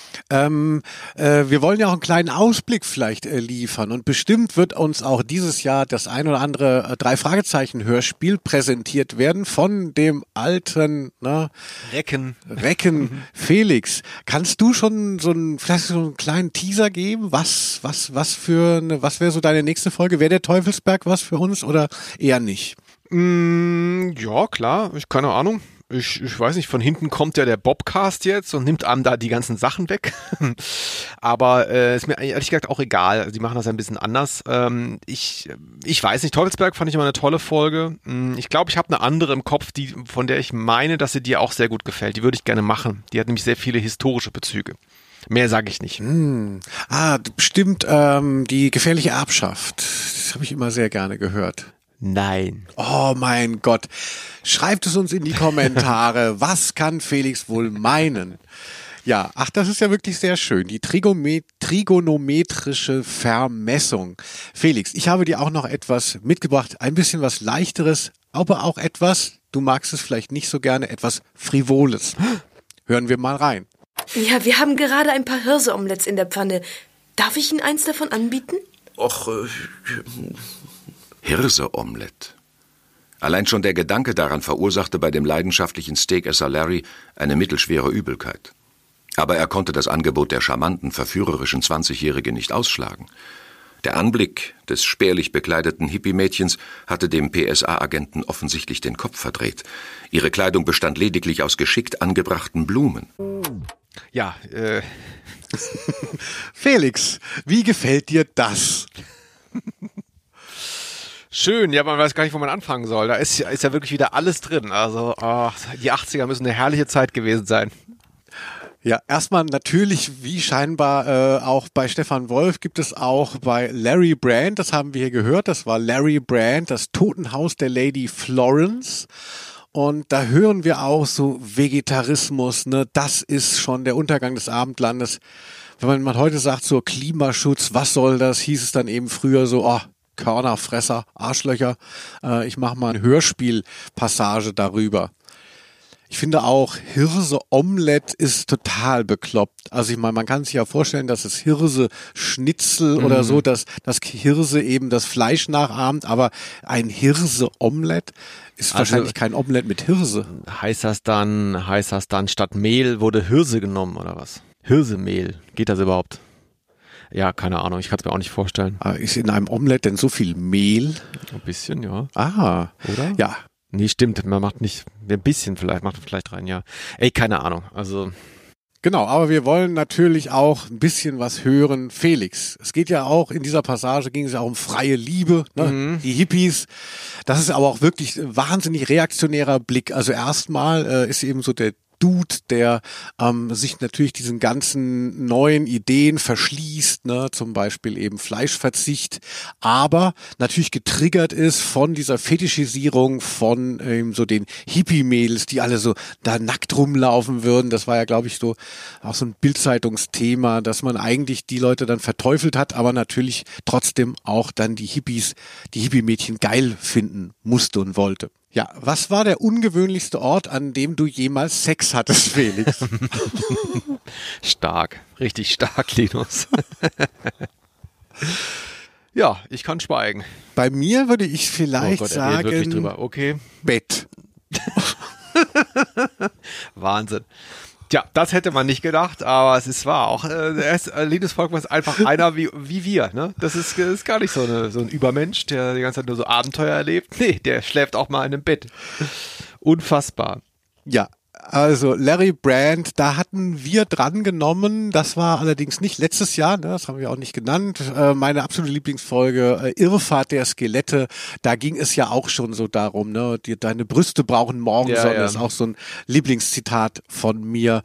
Wir wollen ja auch einen kleinen Ausblick vielleicht liefern und bestimmt wird uns auch dieses Jahr das ein oder andere 3-Fragezeichen-Hörspiel präsentiert werden von dem alten Recken Felix. Kannst du schon vielleicht so einen kleinen Teaser geben? Was wäre so deine nächste Folge? Wäre der Teufelsberg was für uns oder eher nicht? Ja, klar, keine Ahnung. Ich weiß nicht, von hinten kommt ja der Bobcast jetzt und nimmt einem da die ganzen Sachen weg. Aber ist mir ehrlich gesagt auch egal. Sie machen das ein bisschen anders. Ich weiß nicht, Teufelsberg fand ich immer eine tolle Folge. Ich glaube, ich habe eine andere im Kopf, von der ich meine, dass sie dir auch sehr gut gefällt. Die würde ich gerne machen. Die hat nämlich sehr viele historische Bezüge. Mehr sage ich nicht. Bestimmt die gefährliche Erbschaft. Das habe ich immer sehr gerne gehört. Nein. Oh mein Gott. Schreibt es uns in die Kommentare. Was kann Felix wohl meinen? Ja, das ist ja wirklich sehr schön. Die trigonometrische Vermessung. Felix, ich habe dir auch noch etwas mitgebracht. Ein bisschen was Leichteres, aber auch etwas, du magst es vielleicht nicht so gerne, etwas Frivoles. Hören wir mal rein. Ja, wir haben gerade ein paar Hirse-Omelettes in der Pfanne. Darf ich Ihnen eins davon anbieten? Och, Hirse-Omelett. Allein schon der Gedanke daran verursachte bei dem leidenschaftlichen Steakesser Larry eine mittelschwere Übelkeit. Aber er konnte das Angebot der charmanten, verführerischen 20-Jährigen nicht ausschlagen. Der Anblick des spärlich bekleideten Hippie-Mädchens hatte dem PSA-Agenten offensichtlich den Kopf verdreht. Ihre Kleidung bestand lediglich aus geschickt angebrachten Blumen. Ja, Felix, wie gefällt dir das? Schön, ja, man weiß gar nicht, wo man anfangen soll. Da ist ja wirklich wieder alles drin. Also die 80er müssen eine herrliche Zeit gewesen sein. Ja, erstmal natürlich, wie scheinbar auch bei Stefan Wolf, gibt es auch bei Larry Brand, das haben wir hier gehört, das war Larry Brand, das Totenhaus der Lady Florence. Und da hören wir auch so Vegetarismus, ne? Das ist schon der Untergang des Abendlandes. Wenn man heute sagt, so Klimaschutz, was soll das, hieß es dann eben früher so, oh, Körnerfresser, Arschlöcher, ich mache mal eine Hörspielpassage darüber. Ich finde auch, Hirse-Omelette ist total bekloppt. Also ich meine, man kann sich ja vorstellen, dass es Hirse-Schnitzel oder so, dass das Hirse eben das Fleisch nachahmt, aber ein Hirse-Omelette ist wahrscheinlich kein Omelette mit Hirse. Heißt das dann statt Mehl wurde Hirse genommen oder was? Hirsemehl, geht das überhaupt? Ja, keine Ahnung, ich kann es mir auch nicht vorstellen. Ist in einem Omelette denn so viel Mehl? Ein bisschen, ja. Ah, oder? Ja. Nee, stimmt, man macht nicht, ein bisschen vielleicht, macht man vielleicht rein, ja. Ey, keine Ahnung, also. Genau, aber wir wollen natürlich auch ein bisschen was hören. Felix, es geht ja auch, in dieser Passage ging es ja auch um freie Liebe, ne? Die Hippies. Das ist aber auch wirklich ein wahnsinnig reaktionärer Blick. Also erstmal ist eben so der Dude, der sich natürlich diesen ganzen neuen Ideen verschließt, ne, zum Beispiel eben Fleischverzicht, aber natürlich getriggert ist von dieser Fetischisierung von so den Hippie-Mädels, die alle so da nackt rumlaufen würden. Das war ja, glaube ich, so auch so ein Bild-Zeitungsthema, dass man eigentlich die Leute dann verteufelt hat, aber natürlich trotzdem auch dann die Hippies, die Hippie-Mädchen geil finden musste und wollte. Ja, was war der ungewöhnlichste Ort, an dem du jemals Sex hattest, Felix? Stark, richtig stark, Linus. Ja, ich kann schweigen. Bei mir würde ich vielleicht sagen, wirklich drüber. Okay. Bett. Wahnsinn. Tja, das hätte man nicht gedacht, aber es ist wahr. Auch Linus Volkmann ist einfach einer wie wir. Ne? Das ist gar nicht so ein Übermensch, der die ganze Zeit nur so Abenteuer erlebt. Nee, der schläft auch mal in einem Bett. Unfassbar. Ja, also Larry Brand, da hatten wir dran genommen, das war allerdings nicht letztes Jahr, ne, das haben wir auch nicht genannt, meine absolute Lieblingsfolge, Irrfahrt der Skelette, da ging es ja auch schon so darum, ne, deine Brüste brauchen Morgensonne, ist auch so ein Lieblingszitat von mir.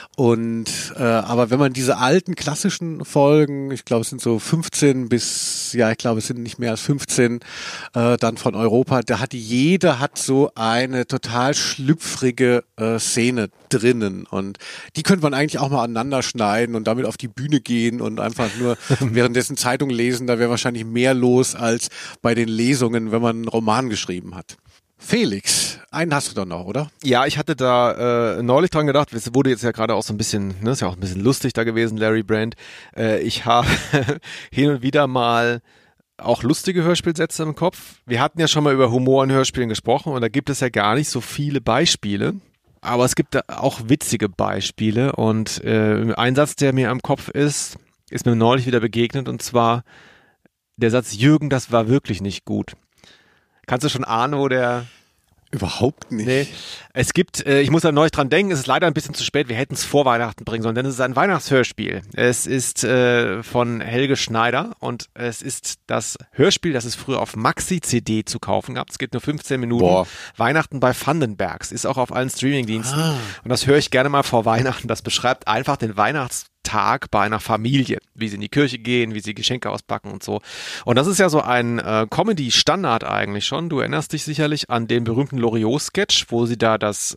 Und aber wenn man diese alten klassischen Folgen, ich glaube es sind so 15 bis, ja ich glaube es sind nicht mehr als 15 dann von Europa, jede hat so eine total schlüpfrige Szene drinnen und die könnte man eigentlich auch mal aneinander schneiden und damit auf die Bühne gehen und einfach nur währenddessen Zeitung lesen, da wäre wahrscheinlich mehr los als bei den Lesungen, wenn man einen Roman geschrieben hat. Felix, einen hast du doch noch, oder? Ja, ich hatte da neulich dran gedacht, es wurde jetzt ja gerade auch so ein bisschen, ne, ist ja auch ein bisschen lustig da gewesen, Larry Brand. Ich habe hin und wieder mal auch lustige Hörspielsätze im Kopf. Wir hatten ja schon mal über Humor in Hörspielen gesprochen und da gibt es ja gar nicht so viele Beispiele. Aber es gibt da auch witzige Beispiele und ein Satz, der mir am Kopf ist mir neulich wieder begegnet und zwar der Satz, Jürgen, das war wirklich nicht gut. Kannst du schon ahnen, wo der... Überhaupt nicht. Nee. Es gibt, ich muss da neulich dran denken, es ist leider ein bisschen zu spät, wir hätten es vor Weihnachten bringen sollen, denn es ist ein Weihnachtshörspiel. Es ist von Helge Schneider und es ist das Hörspiel, das es früher auf Maxi-CD zu kaufen gab. Es geht nur 15 Minuten. Boah. Weihnachten bei Vandenbergs, ist auch auf allen Streamingdiensten. Und das höre ich gerne mal vor Weihnachten. Das beschreibt einfach den Weihnachtstag bei einer Familie, wie sie in die Kirche gehen, wie sie Geschenke auspacken und so. Und das ist ja so ein Comedy-Standard eigentlich schon. Du erinnerst dich sicherlich an den berühmten Loriot-Sketch, wo sie da das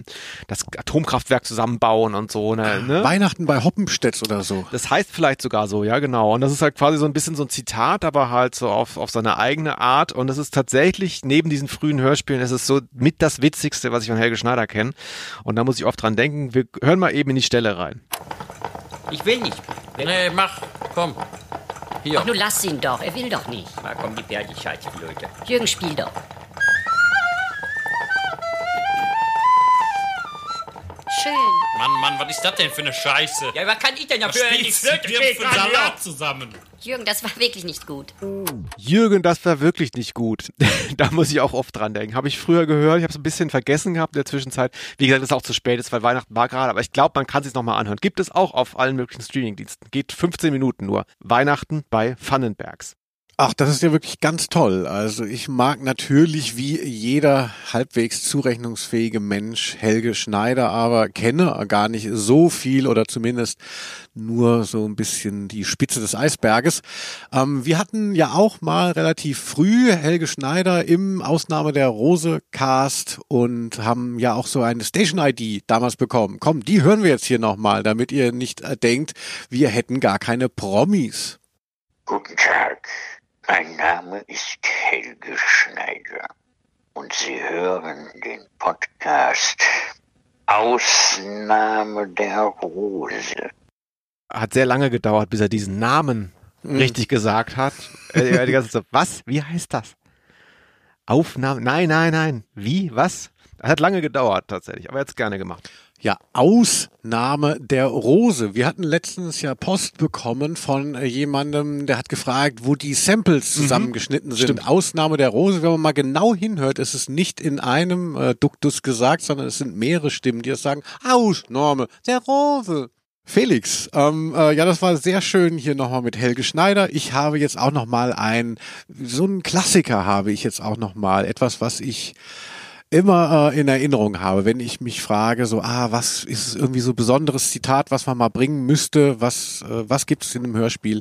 Atomkraftwerk zusammenbauen und so. Ne? Weihnachten bei Hoppenstedt oder so. Das heißt vielleicht sogar so, ja genau. Und das ist halt quasi so ein bisschen so ein Zitat, aber halt so auf seine eigene Art. Und das ist tatsächlich, neben diesen frühen Hörspielen, ist es so mit das Witzigste, was ich von Helge Schneider kenne. Und da muss ich oft dran denken. Wir hören mal eben in die Stelle rein. Ich will nicht. Nee, mach. Komm. Hier. Ach, nun lass ihn doch. Er will doch nicht. Na komm, gib her die Scheiße, Leute. Jürgen, spiel doch. Schön. Mann, was ist das denn für eine Scheiße? Ja, was kann ich denn dafür? Spielst du für Salat zusammen? Jürgen, das war wirklich nicht gut. Jürgen, das war wirklich nicht gut. Da muss ich auch oft dran denken. Habe ich früher gehört, ich habe es ein bisschen vergessen gehabt in der Zwischenzeit. Wie gesagt, es ist auch zu spät, ist, weil Weihnachten war gerade, aber ich glaube, man kann es sich nochmal anhören. Gibt es auch auf allen möglichen Streamingdiensten. Geht 15 Minuten nur. Weihnachten bei Vandenbergs. Ach, das ist ja wirklich ganz toll. Also ich mag natürlich wie jeder halbwegs zurechnungsfähige Mensch Helge Schneider, aber kenne gar nicht so viel oder zumindest nur so ein bisschen die Spitze des Eisberges. Wir hatten ja auch mal relativ früh Helge Schneider im Ausnahme der Rose-Cast und haben ja auch so eine Station-ID damals bekommen. Komm, die hören wir jetzt hier nochmal, damit ihr nicht denkt, wir hätten gar keine Promis. Guten Tag. Mein Name ist Helge Schneider und Sie hören den Podcast Ausnahme der Rose. Hat sehr lange gedauert, bis er diesen Namen richtig gesagt hat. Die ganze Zeit, was? Wie heißt das? Aufnahme? Nein. Wie? Was? Hat lange gedauert tatsächlich, aber er hat es gerne gemacht. Ja, Ausnahme der Rose. Wir hatten letztens ja Post bekommen von jemandem, der hat gefragt, wo die Samples zusammengeschnitten sind. Stimmt. Ausnahme der Rose. Wenn man mal genau hinhört, ist es nicht in einem Duktus gesagt, sondern es sind mehrere Stimmen, die es sagen, Ausnahme der Rose. Felix, ja, das war sehr schön hier nochmal mit Helge Schneider. Ich habe jetzt auch nochmal so einen Klassiker habe ich jetzt auch nochmal. Etwas, was ich immer in Erinnerung habe, wenn ich mich frage, so, was ist irgendwie so ein besonderes Zitat, was man mal bringen müsste, was gibt es in einem Hörspiel,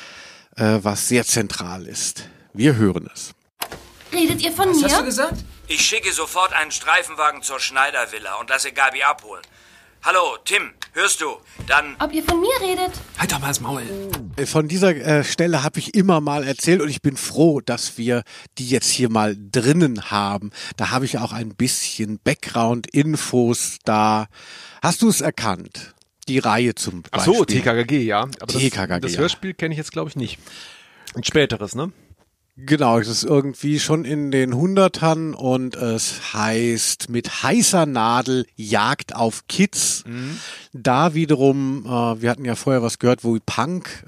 was sehr zentral ist. Wir hören es. Redet ihr von mir? Was hast du gesagt? Ich schicke sofort einen Streifenwagen zur Schneider-Villa und lasse Gabi abholen. Hallo, Tim, hörst du? Dann... Ob ihr von mir redet? Halt doch mal das Maul. Von dieser Stelle habe ich immer mal erzählt und ich bin froh, dass wir die jetzt hier mal drinnen haben. Da habe ich auch ein bisschen Background-Infos da. Hast du es erkannt? Die Reihe zum Beispiel. Ach so, TKKG, ja. Aber TKKG, das Hörspiel kenne ich jetzt, glaube ich, nicht. Ein späteres, ne? Genau, es ist irgendwie schon in den Hundertern und es heißt mit heißer Nadel Jagd auf Kids. Da wiederum, wir hatten ja vorher was gehört, wo Punk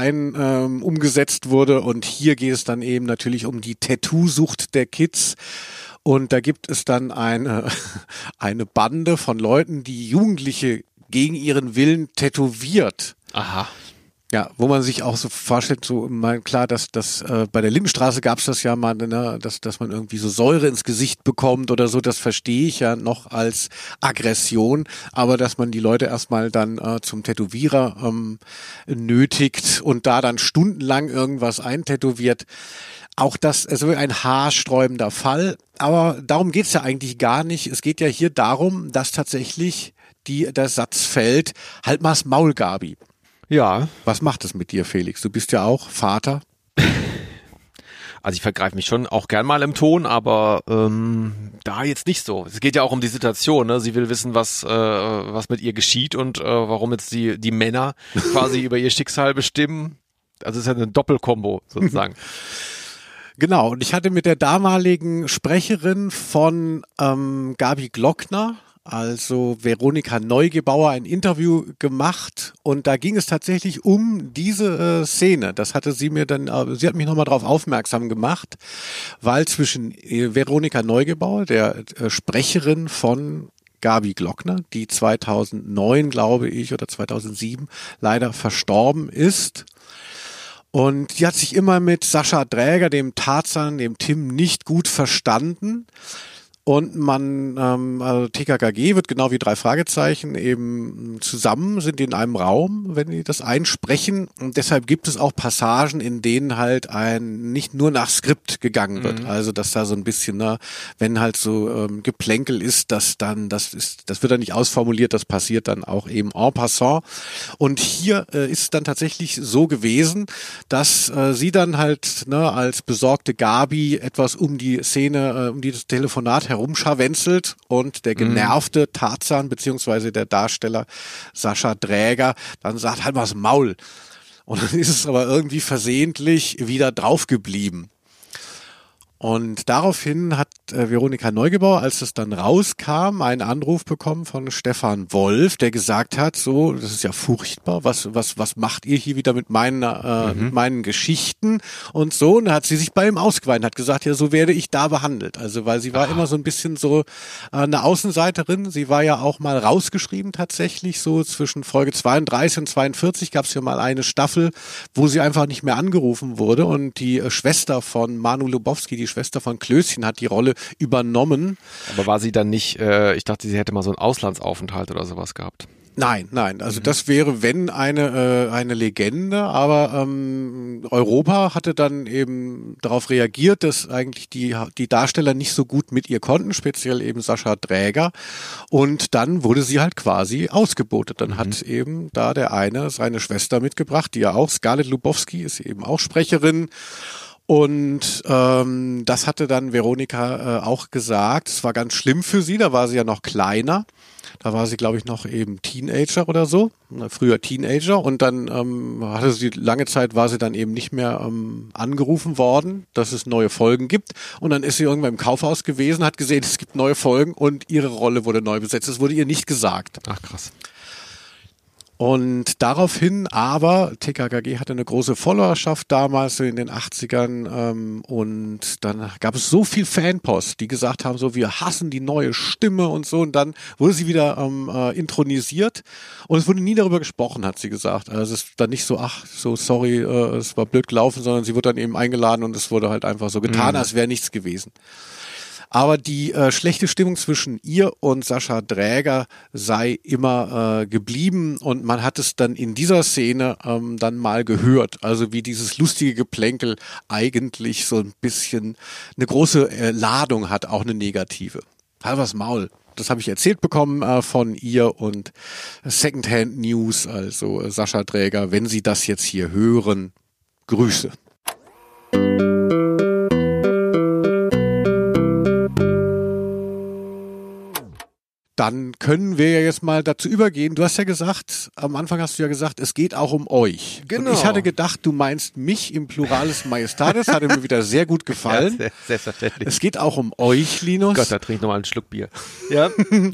umgesetzt wurde und hier geht es dann eben natürlich um die Tattoo-Sucht der Kids. Und da gibt es dann eine Bande von Leuten, die Jugendliche gegen ihren Willen tätowiert. Aha. Ja, wo man sich auch so vorstellt, so mal klar, dass bei der Lindenstraße gab es das ja mal, ne, dass man irgendwie so Säure ins Gesicht bekommt oder so, das verstehe ich ja noch als Aggression, aber dass man die Leute erstmal dann zum Tätowierer nötigt und da dann stundenlang irgendwas eintätowiert, auch das ist also ein haarsträubender Fall, aber darum geht's ja eigentlich gar nicht. Es geht ja hier darum, dass tatsächlich der Satz fällt, halt mal's Maul, Gabi. Ja. Was macht es mit dir, Felix? Du bist ja auch Vater. Also ich vergreife mich schon auch gern mal im Ton, aber da jetzt nicht so. Es geht ja auch um die Situation. Ne? Sie will wissen, was mit ihr geschieht und warum jetzt die Männer quasi über ihr Schicksal bestimmen. Also es ist ja eine Doppelkombo sozusagen. Genau, und ich hatte mit der damaligen Sprecherin von Gabi Glockner, also Veronika Neugebauer, ein Interview gemacht und da ging es tatsächlich um diese Szene. Das hatte sie mir dann, sie hat mich nochmal darauf aufmerksam gemacht, weil zwischen Veronika Neugebauer, der Sprecherin von Gabi Glockner, die 2009, glaube ich, oder 2007 leider verstorben ist. Und die hat sich immer mit Sascha Dräger, dem Tarzan, dem Tim, nicht gut verstanden. Und also TKKG wird genau wie 3 Fragezeichen eben zusammen, sind die in einem Raum, wenn die das einsprechen. Und deshalb gibt es auch Passagen, in denen halt nicht nur nach Skript gegangen wird. Also dass da so ein bisschen, wenn halt so Geplänkel ist, das wird dann nicht ausformuliert, das passiert dann auch eben en passant. Und hier ist es dann tatsächlich so gewesen, dass sie dann halt als besorgte Gabi etwas um die Szene, um dieses Telefonat herumscharwenzelt und der genervte Tarzan beziehungsweise der Darsteller Sascha Dräger dann sagt, halt mal das Maul. Und dann ist es aber irgendwie versehentlich wieder draufgeblieben. Und daraufhin hat Veronika Neugebauer, als es dann rauskam, einen Anruf bekommen von Stefan Wolf, der gesagt hat, so, das ist ja furchtbar, was macht ihr hier wieder mit meinen Geschichten und so. Und da hat sie sich bei ihm ausgeweint, hat gesagt, ja, so werde ich da behandelt. Also, weil sie war immer so ein bisschen so eine Außenseiterin. Sie war ja auch mal rausgeschrieben tatsächlich, so zwischen Folge 32 und 42 gab es ja mal eine Staffel, wo sie einfach nicht mehr angerufen wurde und die Schwester von Manu Lubowski, die Schwester von Klößchen, hat die Rolle übernommen. Aber war sie dann nicht, ich dachte, sie hätte mal so einen Auslandsaufenthalt oder sowas gehabt. Nein, also das wäre, wenn eine Legende, aber Europa hatte dann eben darauf reagiert, dass eigentlich die Darsteller nicht so gut mit ihr konnten, speziell eben Sascha Dräger, und dann wurde sie halt quasi ausgebotet. Dann hat eben da der eine seine Schwester mitgebracht, die ja auch, Scarlett Lubowski, ist eben auch Sprecherin. Und das hatte dann Veronika auch gesagt. Es war ganz schlimm für sie, da war sie ja noch kleiner. Da war sie, glaube ich, noch eben Teenager oder so, früher Teenager. Und dann hatte sie lange Zeit, war sie dann eben nicht mehr angerufen worden, dass es neue Folgen gibt. Und dann ist sie irgendwann im Kaufhaus gewesen, hat gesehen, es gibt neue Folgen und ihre Rolle wurde neu besetzt. Das wurde ihr nicht gesagt. Ach, krass. Und daraufhin aber, TKKG hatte eine große Followerschaft damals in den 80ern und dann gab es so viel Fanpost, die gesagt haben, so wir hassen die neue Stimme und so, und dann wurde sie wieder intronisiert und es wurde nie darüber gesprochen, hat sie gesagt. Also es ist dann nicht so, ach so sorry, es war blöd gelaufen, sondern sie wurde dann eben eingeladen und es wurde halt einfach so getan, als wäre nichts gewesen. Aber die schlechte Stimmung zwischen ihr und Sascha Dräger sei immer geblieben und man hat es dann in dieser Szene dann mal gehört. Also wie dieses lustige Geplänkel eigentlich so ein bisschen eine große Ladung hat, auch eine negative. Halbers Maul. Das habe ich erzählt bekommen von ihr und Secondhand News, also Sascha Dräger, wenn Sie das jetzt hier hören, Grüße. Dann können wir ja jetzt mal dazu übergehen. Du hast ja gesagt, am Anfang hast du ja gesagt, es geht auch um euch. Genau. Und ich hatte gedacht, du meinst mich im Pluralis Majestatis, hat mir wieder sehr gut gefallen. Ja, selbstverständlich. Es geht auch um euch, Linus. Gott, da trinke ich nochmal einen Schluck Bier. Ja.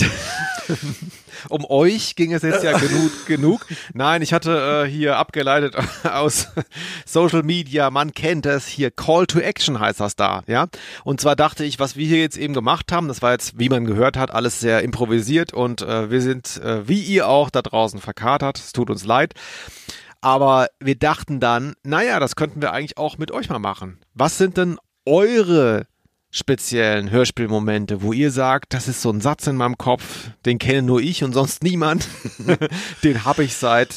Um euch ging es jetzt ja genug. Nein, ich hatte hier abgeleitet aus Social Media, man kennt es hier, Call to Action heißt das da, ja. Und zwar dachte ich, was wir hier jetzt eben gemacht haben, das war jetzt, wie man gehört hat, alles sehr improvisiert und wir sind, wie ihr auch, da draußen verkatert. Es tut uns leid. Aber wir dachten dann, naja, das könnten wir eigentlich auch mit euch mal machen. Was sind denn eure speziellen Hörspielmomente, wo ihr sagt, das ist so ein Satz in meinem Kopf, den kenne nur ich und sonst niemand. Den habe ich seit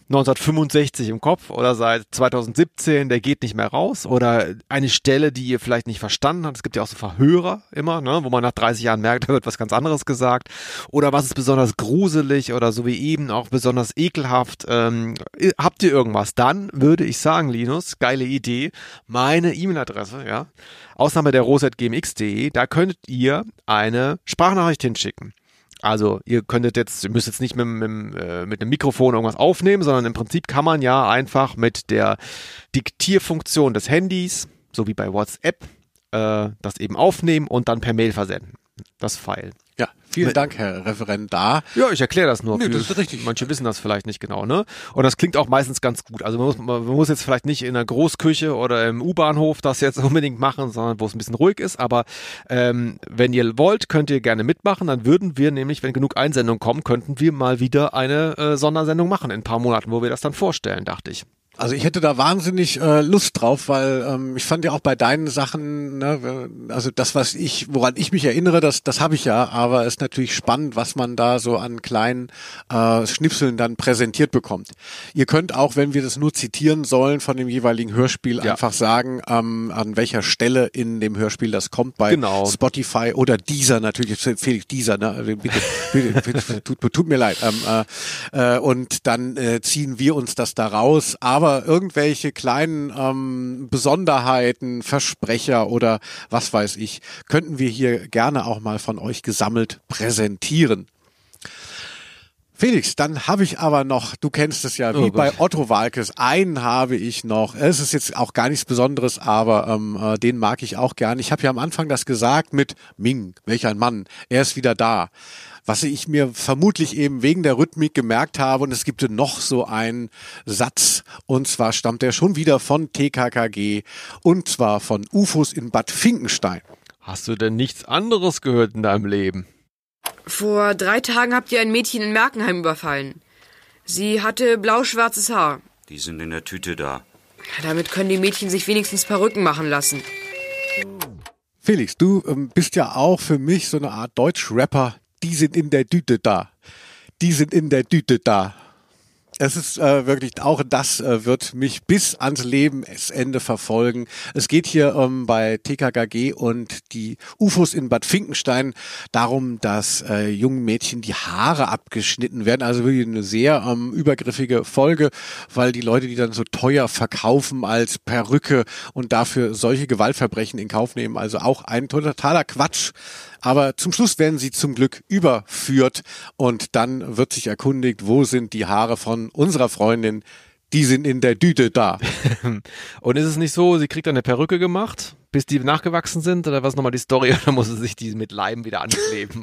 1965 im Kopf oder seit 2017, der geht nicht mehr raus, oder eine Stelle, die ihr vielleicht nicht verstanden habt. Es gibt ja auch so Verhörer immer, ne, wo man nach 30 Jahren merkt, da wird was ganz anderes gesagt, oder was ist besonders gruselig oder so wie eben auch besonders ekelhaft. Habt ihr irgendwas? Dann würde ich sagen, Linus, geile Idee, meine E-Mail-Adresse, ja, Ausnahme@gmx.de, da könntet ihr eine Sprachnachricht hinschicken. Also ihr müsst jetzt nicht mit einem Mikrofon irgendwas aufnehmen, sondern im Prinzip kann man ja einfach mit der Diktierfunktion des Handys, so wie bei WhatsApp, das eben aufnehmen und dann per Mail versenden. Das File. Ja, vielen Dank, Herr Referendar. Ja, ich erkläre das nur. Nee, das ist richtig. Manche wissen das vielleicht nicht genau, ne? Und das klingt auch meistens ganz gut. Also man muss jetzt vielleicht nicht in einer Großküche oder im U-Bahnhof das jetzt unbedingt machen, sondern wo es ein bisschen ruhig ist. Aber wenn ihr wollt, könnt ihr gerne mitmachen. Dann würden wir nämlich, wenn genug Einsendungen kommen, könnten wir mal wieder eine Sondersendung machen in ein paar Monaten, wo wir das dann vorstellen, dachte ich. Also ich hätte da wahnsinnig Lust drauf, weil ich fand ja auch bei deinen Sachen, ne, also das, woran ich mich erinnere, das habe ich ja, aber es ist natürlich spannend, was man da so an kleinen Schnipseln dann präsentiert bekommt. Ihr könnt auch, wenn wir das nur zitieren sollen von dem jeweiligen Hörspiel, einfach sagen, an welcher Stelle in dem Hörspiel das kommt, bei Spotify oder Deezer, natürlich, jetzt empfehle ich Deezer, ne, bitte, tut mir leid. Und dann ziehen wir uns das da raus, aber irgendwelche kleinen Besonderheiten, Versprecher oder was weiß ich, könnten wir hier gerne auch mal von euch gesammelt präsentieren. Felix, dann habe ich aber noch, du kennst es ja, wie bei Otto Waalkes, einen habe ich noch. Es ist jetzt auch gar nichts Besonderes, aber den mag ich auch gern. Ich habe ja am Anfang das gesagt mit Ming, welch ein Mann, er ist wieder da. Was ich mir vermutlich eben wegen der Rhythmik gemerkt habe, und es gibt noch so einen Satz, und zwar stammt er schon wieder von TKKG, und zwar von UFOs in Bad Finkenstein. Hast du denn nichts anderes gehört in deinem Leben? Vor 3 Tagen habt ihr ein Mädchen in Merkenheim überfallen. Sie hatte blau-schwarzes Haar. Die sind in der Tüte da. Damit können die Mädchen sich wenigstens Perücken machen lassen. Felix, du bist ja auch für mich so eine Art Deutsch-Rapper. Die sind in der Tüte da. Die sind in der Tüte da. Es ist wirklich, auch das wird mich bis ans Lebensende verfolgen. Es geht hier bei TKKG und die UFOs in Bad Finkenstein darum, dass jungen Mädchen die Haare abgeschnitten werden. Also wirklich eine sehr übergriffige Folge, weil die Leute die dann so teuer verkaufen als Perücke und dafür solche Gewaltverbrechen in Kauf nehmen. Also auch ein totaler Quatsch. Aber zum Schluss werden sie zum Glück überführt und dann wird sich erkundigt, wo sind die Haare von unserer Freundin, die sind in der Tüte da. Und ist es nicht so, sie kriegt eine Perücke gemacht, bis die nachgewachsen sind, oder was nochmal die Story, oder muss sie sich die mit Leim wieder ankleben?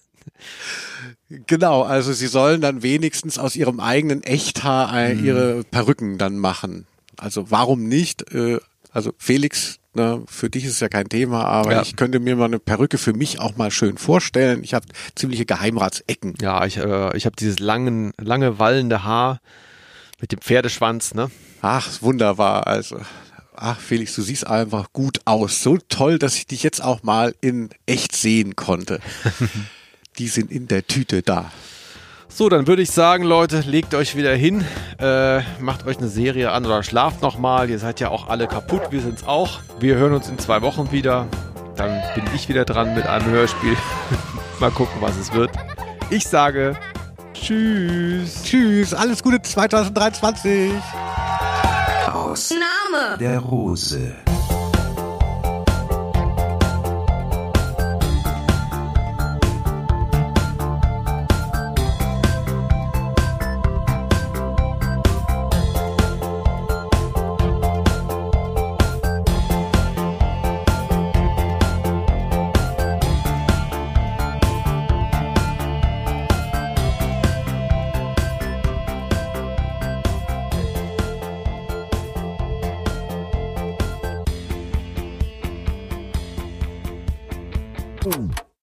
Genau, also sie sollen dann wenigstens aus ihrem eigenen Echthaar ihre Perücken dann machen. Also warum nicht? Also Felix, für dich ist es ja kein Thema, aber ich könnte mir mal eine Perücke für mich auch mal schön vorstellen. Ich habe ziemliche Geheimratsecken. Ja, ich habe dieses lange wallende Haar mit dem Pferdeschwanz, ne? Ach, wunderbar. Also, Felix, du siehst einfach gut aus. So toll, dass ich dich jetzt auch mal in echt sehen konnte. Die sind in der Tüte da. So, dann würde ich sagen, Leute, legt euch wieder hin, macht euch eine Serie an oder schlaft nochmal. Ihr seid ja auch alle kaputt, wir sind's auch. Wir hören uns in 2 Wochen wieder. Dann bin ich wieder dran mit einem Hörspiel. Mal gucken, was es wird. Ich sage tschüss. Tschüss, alles Gute 2023. Aus Name der Rose.